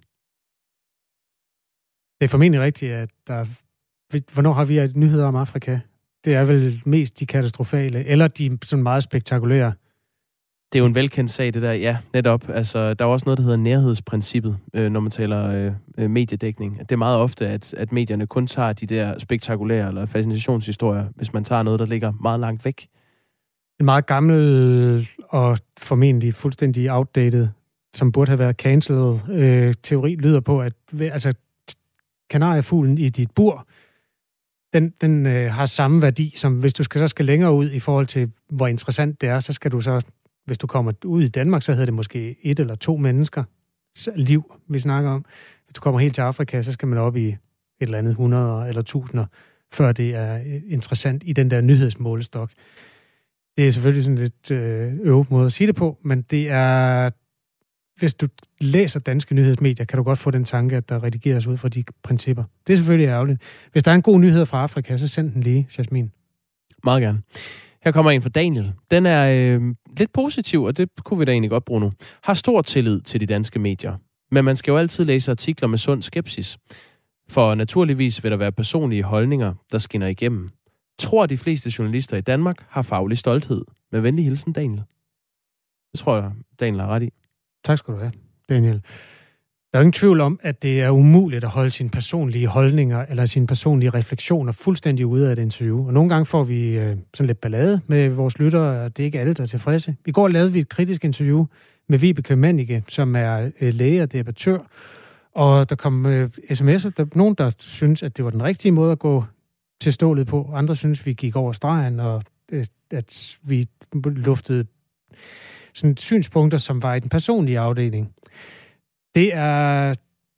Det er formentlig rigtigt, at der... Hvornår har vi nyheder om Afrika? Det er vel mest de katastrofale, eller de sådan meget spektakulære. Det er jo en velkendt sag, det der. Ja, netop. Altså, der er også noget, der hedder nærhedsprincippet, øh, når man taler øh, mediedækning. Det er meget ofte, at, at medierne kun tager de der spektakulære eller fascinationshistorier, hvis man tager noget, der ligger meget langt væk. En meget gammel og formentlig fuldstændig outdated, som burde have været cancelled, øh, teori lyder på, at altså, kanariefuglen i dit bur, den, den øh, har samme værdi, som hvis du skal, så skal længere ud i forhold til, hvor interessant det er, så skal du så, hvis du kommer ud i Danmark, så hedder det måske et eller to mennesker liv, vi snakker om. Hvis du kommer helt til Afrika, så skal man op i et eller andet hundrede eller tusinder, før det er interessant i den der nyhedsmålestok. Det er selvfølgelig sådan lidt øh, øvet måde at sige det på, men det er... Hvis du læser danske nyhedsmedier, kan du godt få den tanke, at der redigeres ud fra de principper. Det er selvfølgelig ærgerligt. Hvis der er en god nyhed fra Afrika, så send den lige, Jasmin. Meget gerne. Her kommer en fra Daniel. Den er øh, lidt positiv, og det kunne vi da egentlig godt bruge nu. Har stor tillid til de danske medier. Men man skal jo altid læse artikler med sund skepsis. For naturligvis vil der være personlige holdninger, der skinner igennem. Tror de fleste journalister i Danmark har faglig stolthed. Med venlig hilsen, Daniel. Det tror jeg, Daniel har ret i. Tak skal du have, Daniel. Der er ingen tvivl om, at det er umuligt at holde sine personlige holdninger eller sine personlige refleksioner fuldstændig ude af et interview. Og nogle gange får vi øh, sådan lidt ballade med vores lyttere, og det er ikke alle, der er tilfredse. I går lavede vi et kritisk interview med Vibeke Mannicke, som er øh, læge og debattør. Og der kom øh, sms'er. Der er nogen, der synes, at det var den rigtige måde at gå til stålet på. Andre synes, vi gik over stregen, og øh, at vi luftede sådan synspunkter, som var i den personlige afdeling. Det er...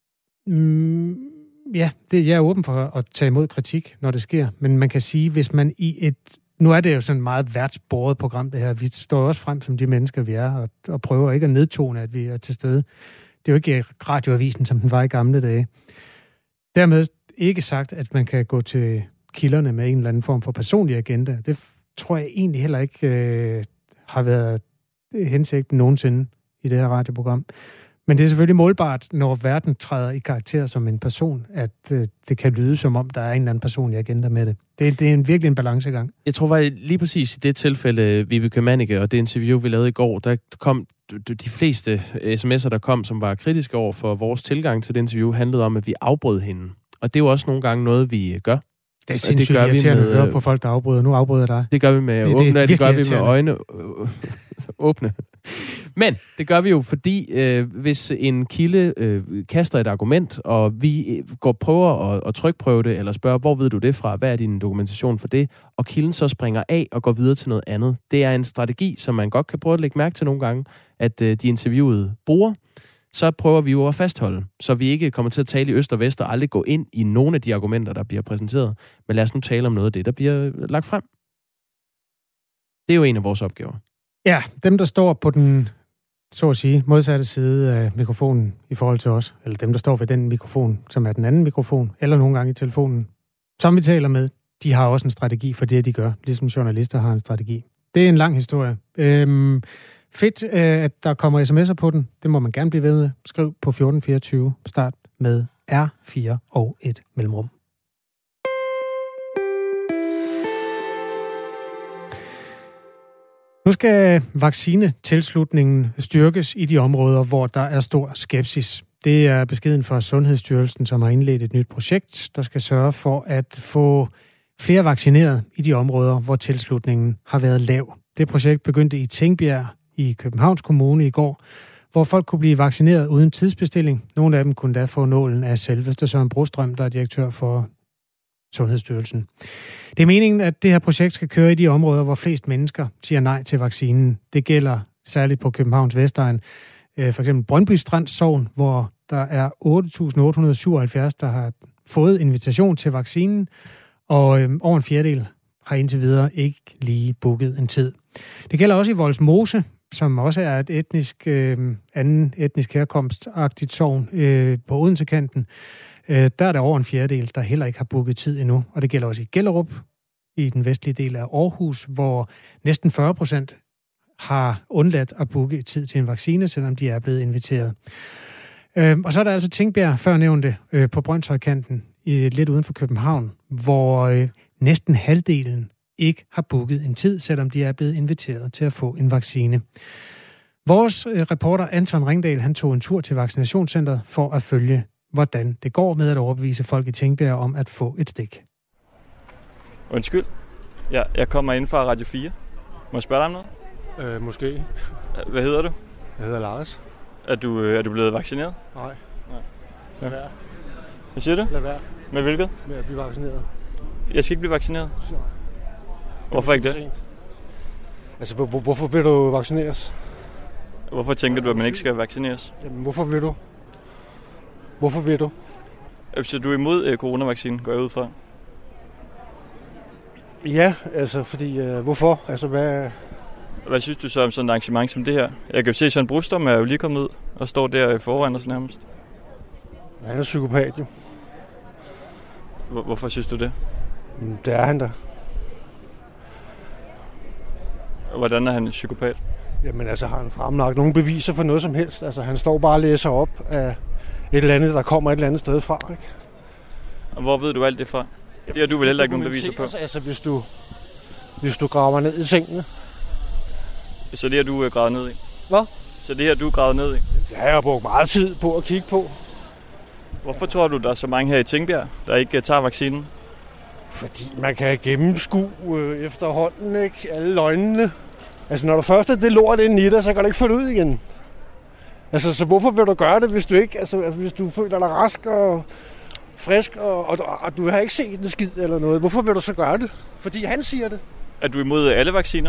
Mm, ja, det, jeg er åben for at tage imod kritik, når det sker. Men man kan sige, hvis man i et... Nu er det jo sådan et meget værtsbåret program, det her. Vi står også frem som de mennesker, vi er, og, og prøver ikke at nedtone, at vi er til stede. Det er jo ikke radioavisen, som den var i gamle dage. Dermed ikke sagt, at man kan gå til kilderne med en eller anden form for personlig agenda. Det tror jeg egentlig heller ikke øh, har været hensigten nogensinde i det her radioprogram. Men det er selvfølgelig målbart, når verden træder i karakter som en person, at øh, det kan lyde som om, der er en eller anden personlig agenda med det. Det, det er en, virkelig en balancegang. Jeg tror faktisk lige præcis i det tilfælde, Vibeke Mannicke og det interview, vi lavede i går, der kom de fleste sms'er, der kom, som var kritiske over for vores tilgang til det interview, handlede om, at vi afbrød hende. Og det er jo også nogle gange noget, vi gør Det er sindssygt irriterende at høre på folk, der afbryder. Nu afbryder jeg dig. Det gør vi med det, åbne, det, det gør vi med øjne øh, åbne. Men det gør vi jo, fordi øh, hvis en kilde øh, kaster et argument, og vi går prøver at, at trykprøve det, eller spørger, hvor ved du det fra, hvad er din dokumentation for det, og kilden så springer af og går videre til noget andet. Det er en strategi, som man godt kan prøve at lægge mærke til nogle gange, at øh, de interviewede bruger. Så prøver vi jo at fastholde, så vi ikke kommer til at tale i øst og vest og aldrig gå ind i nogle af de argumenter, der bliver præsenteret. Men lad os nu tale om noget af det, der bliver lagt frem. Det er jo en af vores opgaver. Ja, dem, der står på den, så at sige, modsatte side af mikrofonen i forhold til os, eller dem, der står ved den mikrofon, som er den anden mikrofon, eller nogle gange i telefonen, som vi taler med, de har også en strategi for det, de gør, ligesom journalister har en strategi. Det er en lang historie. Øhm, fedt, øh, at der kommer sms'er på den. Det må man gerne blive ved med. Skriv på fjorten fireogtyve. Start med R fire og et mellemrum. Nu skal vaccinetilslutningen styrkes i de områder, hvor der er stor skepsis. Det er beskeden fra Sundhedsstyrelsen, som har indledt et nyt projekt, der skal sørge for at få flere vaccineret i de områder, hvor tilslutningen har været lav. Det projekt begyndte i Tingbjerg i Københavns Kommune i går, hvor folk kunne blive vaccineret uden tidsbestilling. Nogle af dem kunne da få nålen af selveste Søren Brostrøm, der er direktør for Sundhedsstyrelsen. Det er meningen, at det her projekt skal køre i de områder, hvor flest mennesker siger nej til vaccinen. Det gælder særligt på Københavns Vestegn. For eksempel Brøndby Strand Sogn, hvor der er otte tusind otte hundrede syvoghalvfjerds, der har fået invitation til vaccinen, og øh, over en fjerdedel har indtil videre ikke lige booket en tid. Det gælder også i Vollsmose, som også er et etnisk, øh, anden etnisk herkomstagtigt sogn øh, på Odense-kanten. Øh, der er der over en fjerdedel, der heller ikke har booket tid endnu. Og det gælder også i Gellerup, i den vestlige del af Aarhus, hvor næsten fyrre procent har undladt at booke tid til en vaccine, selvom de er blevet inviteret. Øh, og så er der altså Tingbjerg, før nævnte, øh, på Brøndshøjkanten, i, lidt uden for København, hvor øh, næsten halvdelen ikke har booket en tid, selvom de er blevet inviteret til at få en vaccine. Vores øh, reporter Anton Ringdal, han tog en tur til vaccinationscentret for at følge, hvordan det går med at overbevise folk i Tingbjerg om at få et stik. Undskyld. Ja, jeg kommer ind fra Radio fire. Må jeg spørge dig om noget? Øh, måske. Hvad hedder du? Jeg hedder Lars. Er du, er du blevet vaccineret? Nej. Nej. Lad være. Hvad siger du? Lad være. Med hvilket? Med at blive vaccineret. Jeg skal ikke blive vaccineret. Nej. Hvorfor ikke det? Altså, hvor, hvorfor vil du vaccineres? Hvorfor tænker du, at man ikke skal vaccineres? Jamen, hvorfor vil du? Hvorfor vil du? Så du er imod øh, coronavaccinen, går jeg ud fra? Ja, altså, fordi... Øh, hvorfor? Altså, hvad... Hvad synes du så om sådan et arrangement som det her? Jeg kan jo se, at Søren Brostrøm er jo lige kommet ud og står der foran os nærmest. Han er psykopat, jo. Hvor, hvorfor synes du det? Det er han da. Hvordan er han en psykopat? Jamen altså, har han fremlagt nogle beviser for noget som helst? Altså, han står bare og læser op af et eller andet, der kommer et eller andet sted fra, ikke? Og hvor ved du alt det fra? Det har du vel heller ikke nogen beviser på? Altså, hvis du, hvis du graver ned i tingene. Så det har du gravet ned i? Hvad? Så det her du gravet ned i? Det har jeg brugt meget tid på at kigge på. Hvorfor tror du, der er så mange her i Tingbjerg, der ikke tager vaccinen? Fordi man kan gennemskue øh, efterhånden, ikke? Alle løgnene. Altså, når du først er det lort ind i dig, så kan du ikke få det ud igen. Altså, så hvorfor vil du gøre det, hvis du ikke, altså, altså hvis du føler dig rask og frisk, og, og, og du har ikke set en skid eller noget. Hvorfor vil du så gøre det? Fordi han siger det. Er du imod alle vacciner?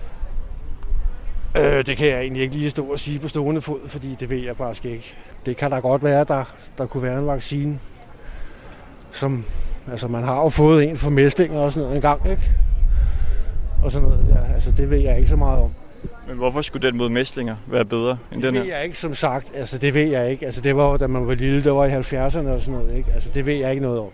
Øh, det kan jeg egentlig ikke lige stå og sige på stående fod, fordi det ved jeg faktisk ikke. Det kan da godt være, der, der kunne være en vaccine, som... Altså, man har jo fået en for mæslinger og sådan noget en gang, ikke? Og sådan noget der. Altså, det ved jeg ikke så meget om. Men hvorfor skulle den mod mæslinger være bedre end det den her? Det ved jeg ikke, som sagt. Altså, det ved jeg ikke. Altså, det var da man var lille, det var i halvfjerdserne og sådan noget, ikke? Altså, det ved jeg ikke noget om.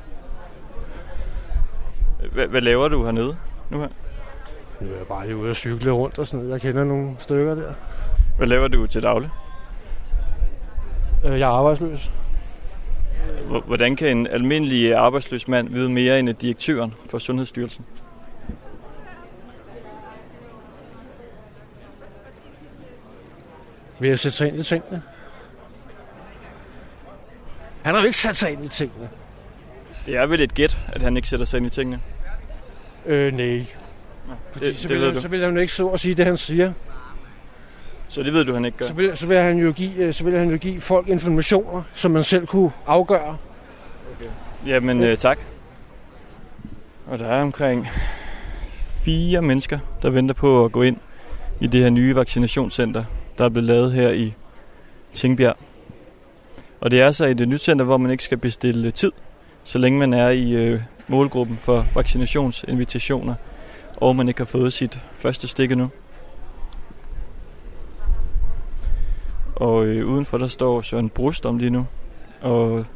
H- hvad laver du hernede nu her? Nu er jeg bare lige ude og cykle rundt og sådan noget. Jeg kender nogle stykker der. Hvad laver du til daglig? Jeg er arbejdsløs. Hvordan kan en almindelig arbejdsløs mand vide mere end direktøren for Sundhedsstyrelsen? Vil jeg sætte sig ind i tingene? Han har jo ikke sat sig ind i tingene. Det er vel et gæt, at han ikke sætter sig ind i tingene? Øh, nej. Fordi det, så, det vil han, så vil han jo ikke så at sige det, han siger. Så det ved du, han ikke gør? Så vil, så vil, han, jo give, så vil han jo give folk informationer, som man selv kunne afgøre. Okay. Jamen, øh, tak. Og der er omkring fire mennesker, der venter på at gå ind i det her nye vaccinationscenter, der er blevet lavet her i Tingbjerg. Og det er så et nyt center, hvor man ikke skal bestille tid, så længe man er i øh, målgruppen for vaccinationsinvitationer, og man ikke har fået sit første stik endnu. Og øh, udenfor der står Søren Brustom lige nu, og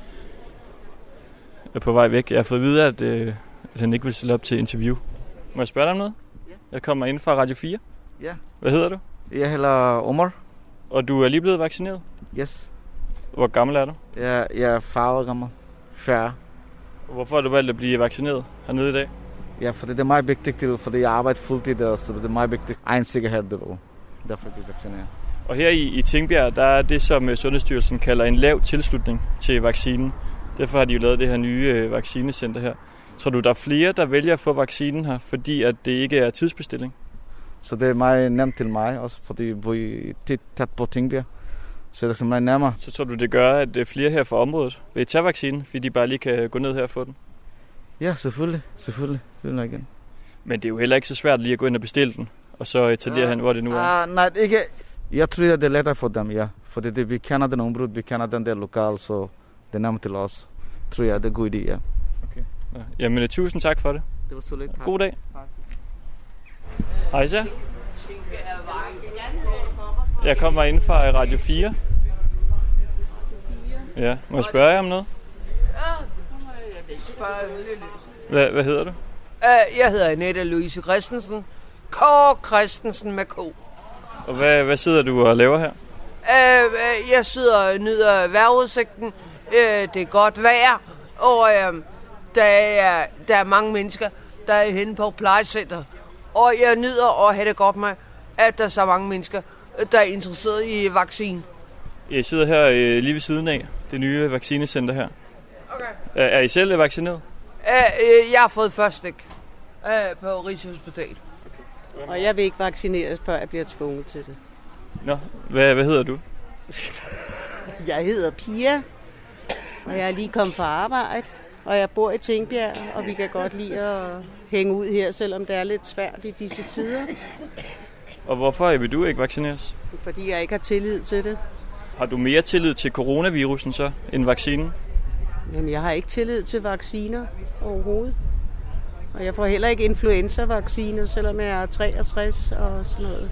er på vej væk. Jeg har fået at vide, at, øh, at han ikke vil stille op til interview. Må jeg spørge dig om noget? Ja. Jeg kommer ind fra Radio fire. Ja. Hvad hedder du? Jeg hedder Omar. Og du er lige blevet vaccineret? Yes. Hvor gammel er du? Jeg, jeg er fyrre år gammel. fyrre. Hvorfor har du valgt at blive vaccineret hernede i dag? Ja, fordi det er meget vigtigt, fordi jeg arbejder fuldtid der, så det er meget vigtigt. Egen sikkerhed, det er derfor jeg vaccineret. Og her i, i Tingbjerg, der er det, som Sundhedsstyrelsen kalder en lav tilslutning til vaccinen. Derfor har de jo lavet det her nye øh, vaccinecenter her. Tror du, der er flere, der vælger at få vaccinen her, fordi at det ikke er tidsbestilling? Så det er meget nemt til mig også, fordi vi er tæt på Tingbjerg. Så det er simpelthen nærmere. Så tror du, det gør, at flere her fra området vil tage vaccinen, fordi de bare lige kan gå ned her og få den? Ja, selvfølgelig. Selvfølgelig. selvfølgelig igen. Men det er jo heller ikke så svært lige at gå ind og bestille den, og så etablere han, hvor det nu er. Uh, nej, ikke. Jeg tror, at det er lettere for dem, ja. For det, vi kender den område, vi kender den der lokal, så det er nærmere til os. Tror jeg, det er en god idé, ja. Okay. Ja. Jamen, tusind tak for det. Det var så lidt. God dag. Hej så. Jeg kommer ind fra Radio fire. Ja, må jeg spørge jer om noget? Hvad, hvad hedder du? Jeg hedder Annette Louise Christensen. Kåre Christensen med K. Og hvad, hvad sidder du og laver her? Jeg sidder og nyder vejrudsigten. Det er godt vejr, og der er, der er mange mennesker, der er henne på plejecenter. Og jeg nyder at have det godt med, at der er så mange mennesker, der er interesseret i vaccinen. Jeg sidder her øh, lige ved siden af det nye vaccinecenter her. Okay. Er, er I selv vaccineret? Øh, jeg har fået første stik øh, på Rigshospitalet. Og jeg vil ikke vaccineres, før jeg bliver tvunget til det. Nå, hvad, hvad hedder du? Jeg hedder Pia, og jeg er lige kommet fra arbejde. Og jeg bor i Tingbjerg, og vi kan godt lide at hænge ud her, selvom det er lidt svært i disse tider. Og hvorfor vil du ikke vaccineres? Fordi jeg ikke har tillid til det. Har du mere tillid til coronavirusen så, end vaccinen? Jamen, jeg har ikke tillid til vacciner overhovedet. Og jeg får heller ikke influenza-vacciner, selvom jeg er treogtres og sådan noget.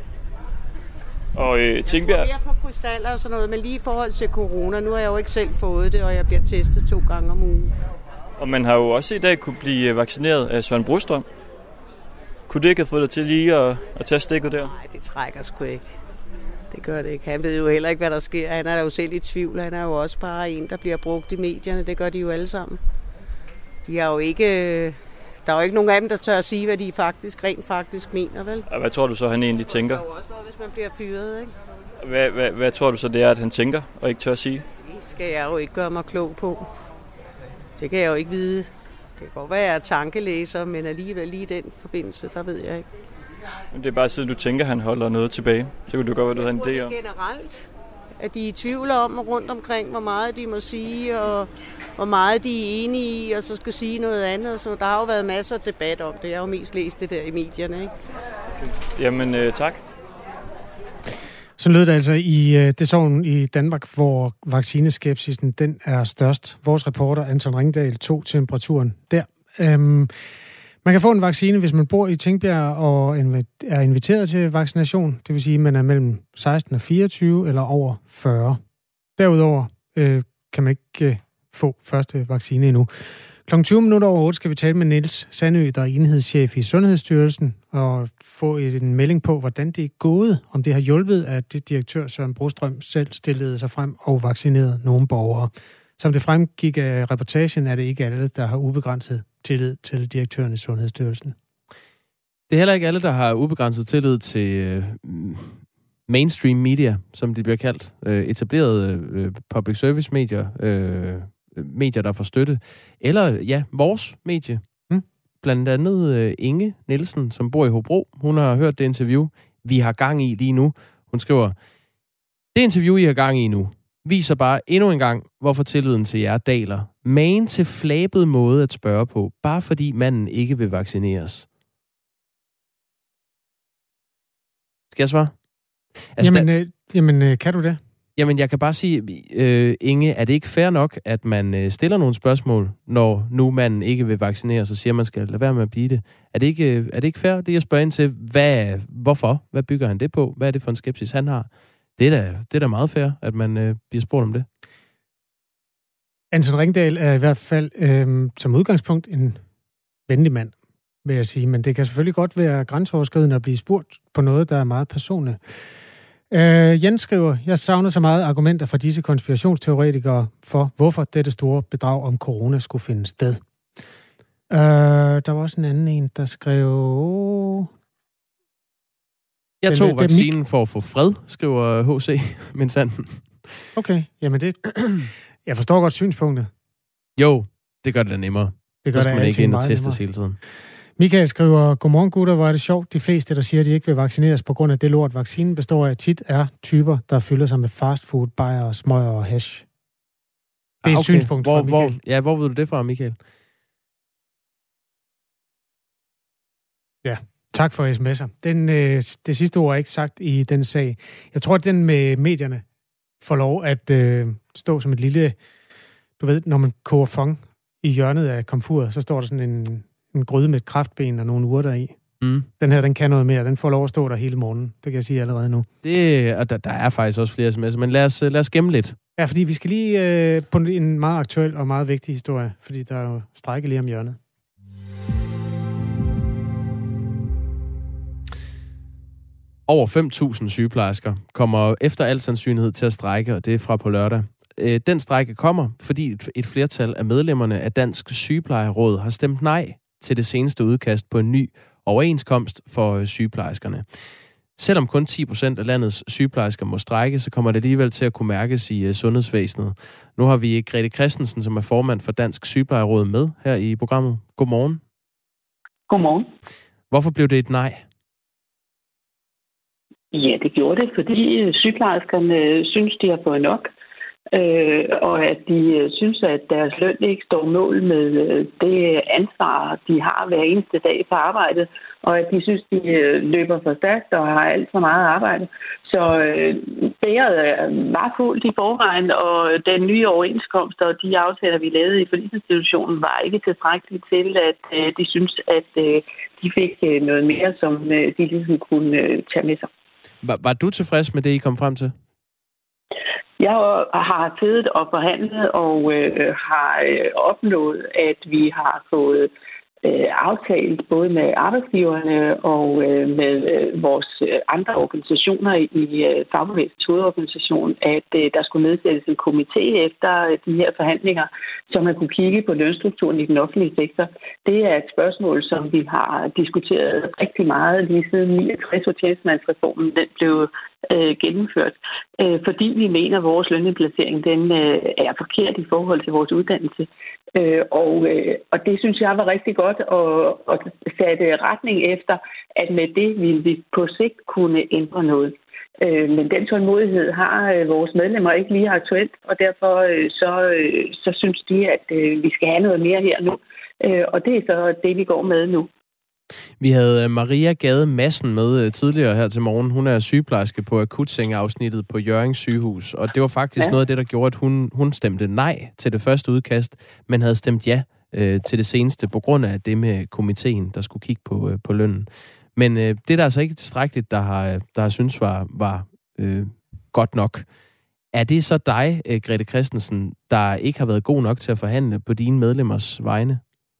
Og øh, Tingbjerg... Jeg tror mere på krystaller og sådan noget, men lige i forhold til corona, nu har jeg jo ikke selv fået det, og jeg bliver testet to gange om ugen. Og man har jo også i dag kunne blive vaccineret af Søren Brustom. Kunne du ikke have fået dig til lige at, at tage stikket der? Nej, det trækker sgu ikke. Det gør det ikke. Han ved jo heller ikke, hvad der sker. Han er jo selv i tvivl. Han er jo også bare en, der bliver brugt i medierne. Det gør de jo alle sammen. De har jo ikke... Der er jo ikke nogen af dem, der tør at sige, hvad de faktisk rent faktisk mener, vel? Og hvad tror du så, han egentlig tænker? Der er jo også noget, hvis man bliver fyret, ikke? Hvad, hvad, hvad tror du så, det er, at han tænker og ikke tør at sige? Det skal jeg jo ikke gøre mig klog på. Det kan jeg jo ikke vide. Det kan godt være, at jeg er tankelæser, men alligevel lige i den forbindelse, der ved jeg ikke. Men det er bare siden du tænker, at han holder noget tilbage. Så kan du godt være, du har en idé om. Jeg tror, det er generelt, at de er i tvivl om rundt omkring, hvor meget de må sige, og hvor meget de er enige i, og så skal sige noget andet. Så der har jo været masser af debat om det. Jeg har jo mest læst det der i medierne, ikke? Okay. Jamen, øh, tak. Så lød det altså i øh, det sogn i Danmark, hvor vaccineskepsisen den er størst. Vores reporter Anton Ringdal tog temperaturen der. Øhm, man kan få en vaccine, hvis man bor i Tingbjerg og er inviteret til vaccination. Det vil sige, at man er mellem seksten og fireogtyve eller over fyrre. Derudover øh, kan man ikke øh, få første vaccine endnu. klokken tyve minutter over otte skal vi tale med Niels Sandø, der er enhedschef i Sundhedsstyrelsen, og få en melding på, hvordan det er gået, om det har hjulpet, at det direktør Søren Brostrøm selv stillede sig frem og vaccinerede nogle borgere. Som det fremgik af reportagen, er det ikke alle, der har ubegrænset tillid til direktøren i Sundhedsstyrelsen. Det er heller ikke alle, der har ubegrænset tillid til øh, mainstream media, som de bliver kaldt. Øh, etablerede øh, public service medier, øh, medier, der får støtte. Eller, ja, vores medie. Mm. Blandt andet øh, Inge Nielsen, som bor i Hobro. Hun har hørt det interview, vi har gang i lige nu. Hun skriver, det interview, I har gang i nu, viser bare endnu en gang, hvorfor tilliden til jer daler. Magen til flabet måde at spørge på, bare fordi manden ikke vil vaccineres. Skal jeg svare? Altså, jamen, da, øh, jamen øh, kan du det? Jamen, jeg kan bare sige, øh, Inge, er det ikke fair nok, at man øh, stiller nogle spørgsmål, når nu manden ikke vil vaccineres, og siger, at man skal lade være med at blive det? Er det ikke, øh, er det ikke fair, det jeg spørger ind til, hvad, hvorfor? Hvad bygger han det på? Hvad er det for en skepsis, han har? Det er da, det er da meget fair, at man øh, bliver spurgt om det. Anton Ringdal er i hvert fald øh, som udgangspunkt en venlig mand, vil jeg sige. Men det kan selvfølgelig godt være grænseoverskridende at blive spurgt på noget, der er meget personligt. Øh, Jens skriver, jeg savner så meget argumenter fra disse konspirationsteoretikere for, hvorfor dette store bedrag om corona skulle finde sted. Øh, der var også en anden en, der skrev... Jeg tog vaccinen for at få fred, skriver H C Mindsanden. Okay, jamen det... Jeg forstår godt synspunktet. Jo, det gør det da nemmere. Det gør så skal det man ikke ind og testes hele tiden. Michael skriver, godmorgen gutter, hvor er det sjovt. De fleste, der siger, at de ikke vil vaccineres på grund af det lort, vaccinen består af, tit er typer, der fylder sig med fastfood, bajer, smøger og hash. Det er ah, okay. Et synspunkt hvor, fra Michael. Hvor, ja, hvor ved du det fra, Michael? Ja, tak for sms'er. Den, øh, det sidste ord er ikke sagt i den sag. Jeg tror, at den med medierne får lov at øh, stå som et lille... Du ved, når man koger fong i hjørnet af komfuret, så står der sådan en, en gryde med et kraftben og nogle urter i. Mm. Den her, den kan noget mere. Den får lov at stå der hele morgenen. Det kan jeg sige allerede nu. Det, og der, der er faktisk også flere sms'er, men lad os, lad os gemme lidt. Ja, fordi vi skal lige øh, på en meget aktuel og meget vigtig historie, fordi der er jo strejke lige om hjørnet. Over fem tusind sygeplejersker kommer efter al sandsynlighed til at strejke, og det er fra på lørdag. Den strejke kommer, fordi et flertal af medlemmerne af Dansk Sygeplejeråd har stemt nej til det seneste udkast på en ny overenskomst for sygeplejerskerne. Selvom kun ti procent af landets sygeplejersker må strejke, så kommer det alligevel til at kunne mærkes i sundhedsvæsenet. Nu har vi Grete Christensen, som er formand for Dansk Sygeplejeråd, med her i programmet. Godmorgen. Godmorgen. Hvorfor blev det et nej? Ja, det gjorde det, fordi sygeplejerskerne synes, de har fået nok. Øh, og at de øh, synes, at deres løn ikke står mål med øh, det ansvar, de har hver eneste dag på arbejdet, og at de synes, de øh, løber for stærkt og har alt for meget arbejde. Så øh, bæret var fuldt i forvejen, og den nye overenskomst og de aftaler, vi lavede i forligsinstitutionen, var ikke tilstrækkeligt til, at øh, de synes, at øh, de fik øh, noget mere, som øh, de ligesom kunne øh, tage med sig. Var, var du tilfreds med det, I kom frem til? Jeg har siddet og forhandlet og øh, har øh, opnået, at vi har fået øh, aftalt både med arbejdsgiverne og øh, med øh, vores andre organisationer i øh, Fagbevægelsens hovedorganisation, at øh, der skulle nedsættes en komité efter de her forhandlinger, så man kunne kigge på lønstrukturen i den offentlige sektor. Det er et spørgsmål, som vi har diskuteret rigtig meget lige siden niogtres, hvor tjenestemandsreformen den blev øh, gennemført, øh, fordi vi mener, at vores lønindplacering den øh, er forkert i forhold til vores uddannelse. Øh, og, øh, og det synes jeg var rigtig godt at, at sætte retning efter, at med det ville vi på sigt kunne ændre noget. Øh, men den tålmodighed har øh, vores medlemmer ikke lige aktuelt, og derfor øh, så, øh, så synes de, at øh, vi skal have noget mere her nu. Øh, og det er så det, vi går med nu. Vi havde Maria Gade Madsen med tidligere her til morgen. Hun er sygeplejerske på akutsengeafsnittet på Hjørring Sygehus, og det var faktisk ja. noget af det, der gjorde, at hun, hun stemte nej til det første udkast, men havde stemt ja øh, til det seneste på grund af det med komiteen, der skulle kigge på, øh, på lønnen. Men øh, det er der altså ikke tilstrækkeligt, der har, der har synes var, var øh, godt nok. Er det så dig, øh, Grete Christensen, der ikke har været god nok til at forhandle på dine medlemmers vegne?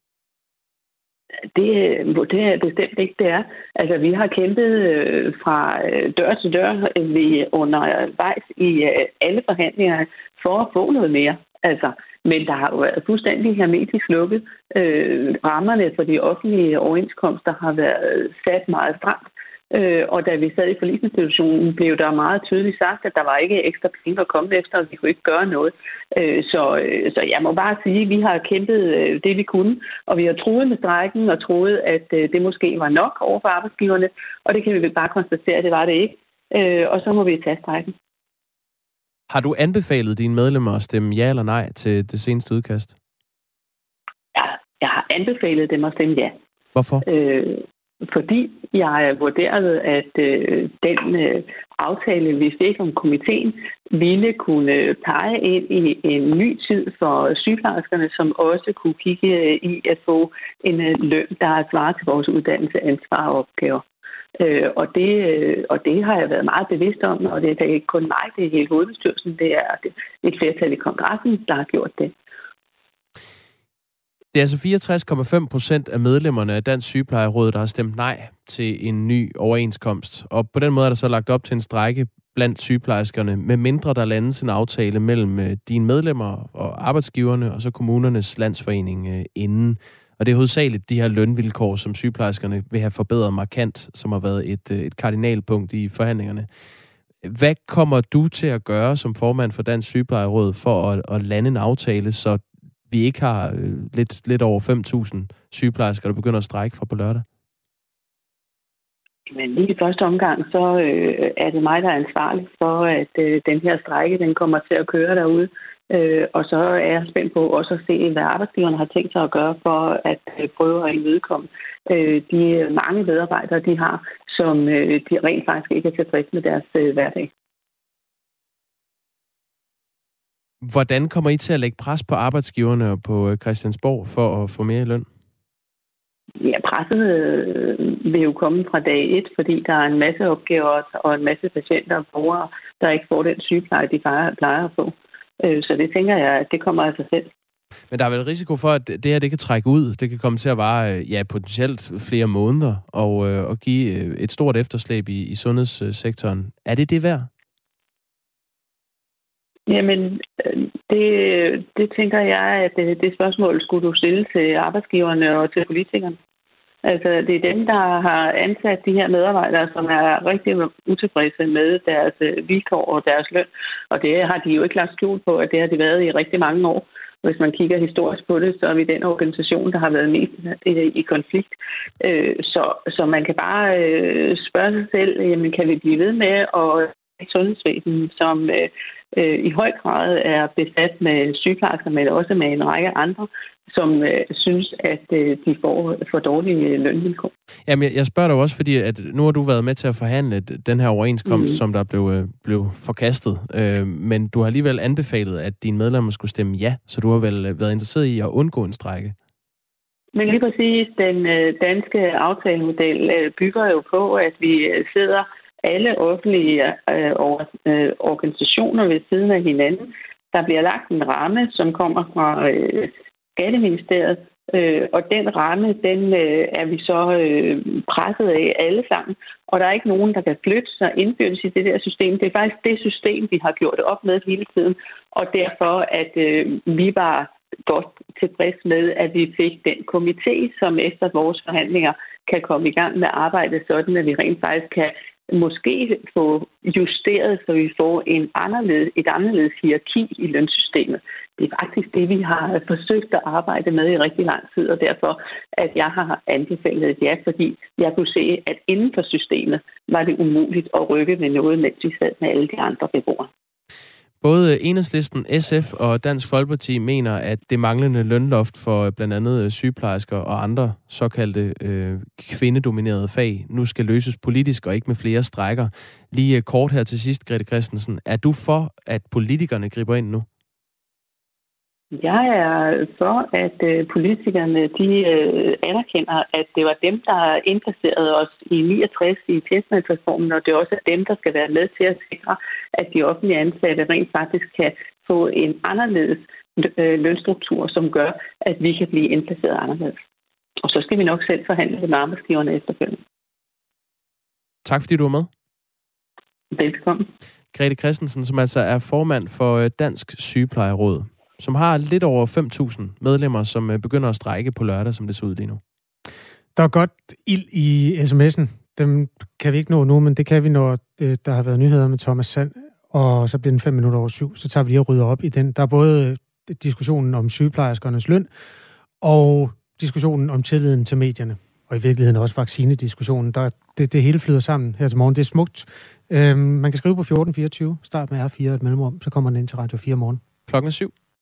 Det, det er bestemt ikke, det er. Altså, vi har kæmpet øh, fra dør til dør vi undervejs i øh, alle forhandlinger for at få noget mere. Altså, men der har jo været fuldstændig hermetisk lukket. Øh, rammerne for de offentlige overenskomster har været sat meget stramt. Øh, og da vi sad i forligsinstitutionen, blev der meget tydeligt sagt, at der var ikke ekstra penge at komme efter, og vi kunne ikke gøre noget. Øh, så, øh, så jeg må bare sige, at vi har kæmpet øh, det, vi kunne, og vi har troet med strejken og troet, at øh, det måske var nok over for arbejdsgiverne, og det kan vi vel bare konstatere, at det var det ikke. Øh, og så må vi tage strejken. Har du anbefalet dine medlemmer at stemme ja eller nej til det seneste udkast? Ja, jeg har anbefalet dem at stemme ja. Hvorfor? Øh, fordi jeg vurderede, at øh, den øh, aftale, vi fik om komiteen, ville kunne pege ind i en ny tid for sygeplejerskerne, som også kunne kigge i at få en øh, løn, der svarer til vores uddannelse, ansvar og opgaver. Øh, og, det, øh, og det har jeg været meget bevidst om, og det er ikke kun mig, det er hele hovedbestyrelsen, det er et flertal i kongressen, der har gjort det. Det er altså fireogtres komma fem procent af medlemmerne af Dansk Sygeplejeråd, der har stemt nej til en ny overenskomst. Og på den måde er der så lagt op til en strejke blandt sygeplejerskerne, med mindre der landes en aftale mellem dine medlemmer og arbejdsgiverne, og så kommunernes landsforening inden. Og det er hovedsageligt de her lønvilkår, som sygeplejerskerne vil have forbedret markant, som har været et, et kardinalpunkt i forhandlingerne. Hvad kommer du til at gøre som formand for Dansk Sygeplejeråd for at, at lande en aftale, så vi ikke har øh, lidt, lidt over fem tusind sygeplejersker, der begynder at strejke fra på lørdag? Men lige i første omgang, så øh, er det mig, der er ansvarlig for, at øh, den her strejke, den kommer til at køre derude. Øh, og så er jeg spændt på også at se, hvad arbejdsgiverne har tænkt sig at gøre for at øh, prøve at imødekomme øh, de mange medarbejdere, de har, som øh, de rent faktisk ikke er tilfredse med deres øh, hverdag. Hvordan kommer I til at lægge pres på arbejdsgiverne og på Christiansborg for at få mere i løn? Ja, presset øh, vil jo komme fra dag et, fordi der er en masse opgaver og en masse patienter og borgere, der ikke får den sygepleje, de plejer at få. Øh, så det tænker jeg, at det kommer af sig selv. Men der er vel risiko for, at det her det kan trække ud. Det kan komme til at vare ja, potentielt flere måneder og, og give et stort efterslæb i, i sundhedssektoren. Er det det værd? Jamen, det, det tænker jeg, at det, det spørgsmål skulle du stille til arbejdsgiverne og til politikerne. Altså, det er dem, der har ansat de her medarbejdere, som er rigtig utilfredse med deres vilkår og deres løn. Og det har de jo ikke lagt skjult på, at det har de været i rigtig mange år. Hvis man kigger historisk på det, så er vi den organisation, der har været mest i konflikt. Så, så man kan bare spørge sig selv, jamen, kan vi blive ved med at et sundhedsvæsen, som øh, øh, i høj grad er besat med sygeplejersker, men også med en række andre, som øh, synes, at øh, de får for dårlige lønvilkår. Jamen, jeg spørger dig også, fordi at nu har du været med til at forhandle den her overenskomst, mm. som der blev, øh, blev forkastet, øh, men du har alligevel anbefalet, at dine medlemmer skulle stemme ja, så du har vel været interesseret i at undgå en strejke? Men lige præcis, den øh, danske aftalemodel øh, bygger jo på, at vi øh, sidder alle offentlige øh, øh, organisationer ved siden af hinanden. Der bliver lagt en ramme, som kommer fra øh, Skatteministeriet, øh, og den ramme, den øh, er vi så øh, presset af alle sammen. Og der er ikke nogen, der kan flytte sig indbyrdes i det der system. Det er faktisk det system, vi har gjort det op med hele tiden, og derfor, at øh, vi var godt tilfreds med, at vi fik den komité, som efter vores forhandlinger kan komme i gang med arbejdet sådan, at vi rent faktisk kan måske få justeret, så vi får en anderledes, et anderledes hierarki i lønsystemet. Det er faktisk det, vi har forsøgt at arbejde med i rigtig lang tid, og derfor, at jeg har anbefalet et ja, fordi jeg kunne se, at inden for systemet var det umuligt at rykke med noget, mens vi sad med alle de andre beboere. Både Enhedslisten, S F og Dansk Folkeparti mener, at det manglende lønloft for blandt andet sygeplejersker og andre såkaldte øh, kvindedominerede fag nu skal løses politisk og ikke med flere strejker. Lige kort her til sidst, Grete Christensen. Er du for, at politikerne griber ind nu? Jeg er for, at øh, politikerne de øh, anerkender, at det var dem, der indplacerede os i niogtres i tjenestemandsreformen, og det er også dem, der skal være med til at sikre, at de offentlige ansatte rent faktisk kan få en anderledes øh, lønstruktur, som gør, at vi kan blive indplaceret anderledes. Og så skal vi nok selv forhandle det med arbejdsgiverne efterfølgende. Tak fordi du var med. Velkommen. Grete Christensen, som altså er formand for Dansk Sygeplejeråd, som har lidt over fem tusind medlemmer, som begynder at strejke på lørdag, som det ser ud lige nu. Der er godt ild i sms'en. dem kan vi ikke nå nu, men det kan vi, når øh, der har været nyheder med Thomas Sand, og så bliver den fem minutter over syv, så tager vi lige og rydder op i den. Der er både diskussionen om sygeplejerskernes løn, og diskussionen om tilliden til medierne, og i virkeligheden også vaccinediskussionen. Der, det, det hele flyder sammen her til morgen. Det er smukt. Øhm, man kan skrive på fjorten fireogtyve, start med R fire et mellemrum, så kommer den ind til Radio fire morgen. Klokken er syv.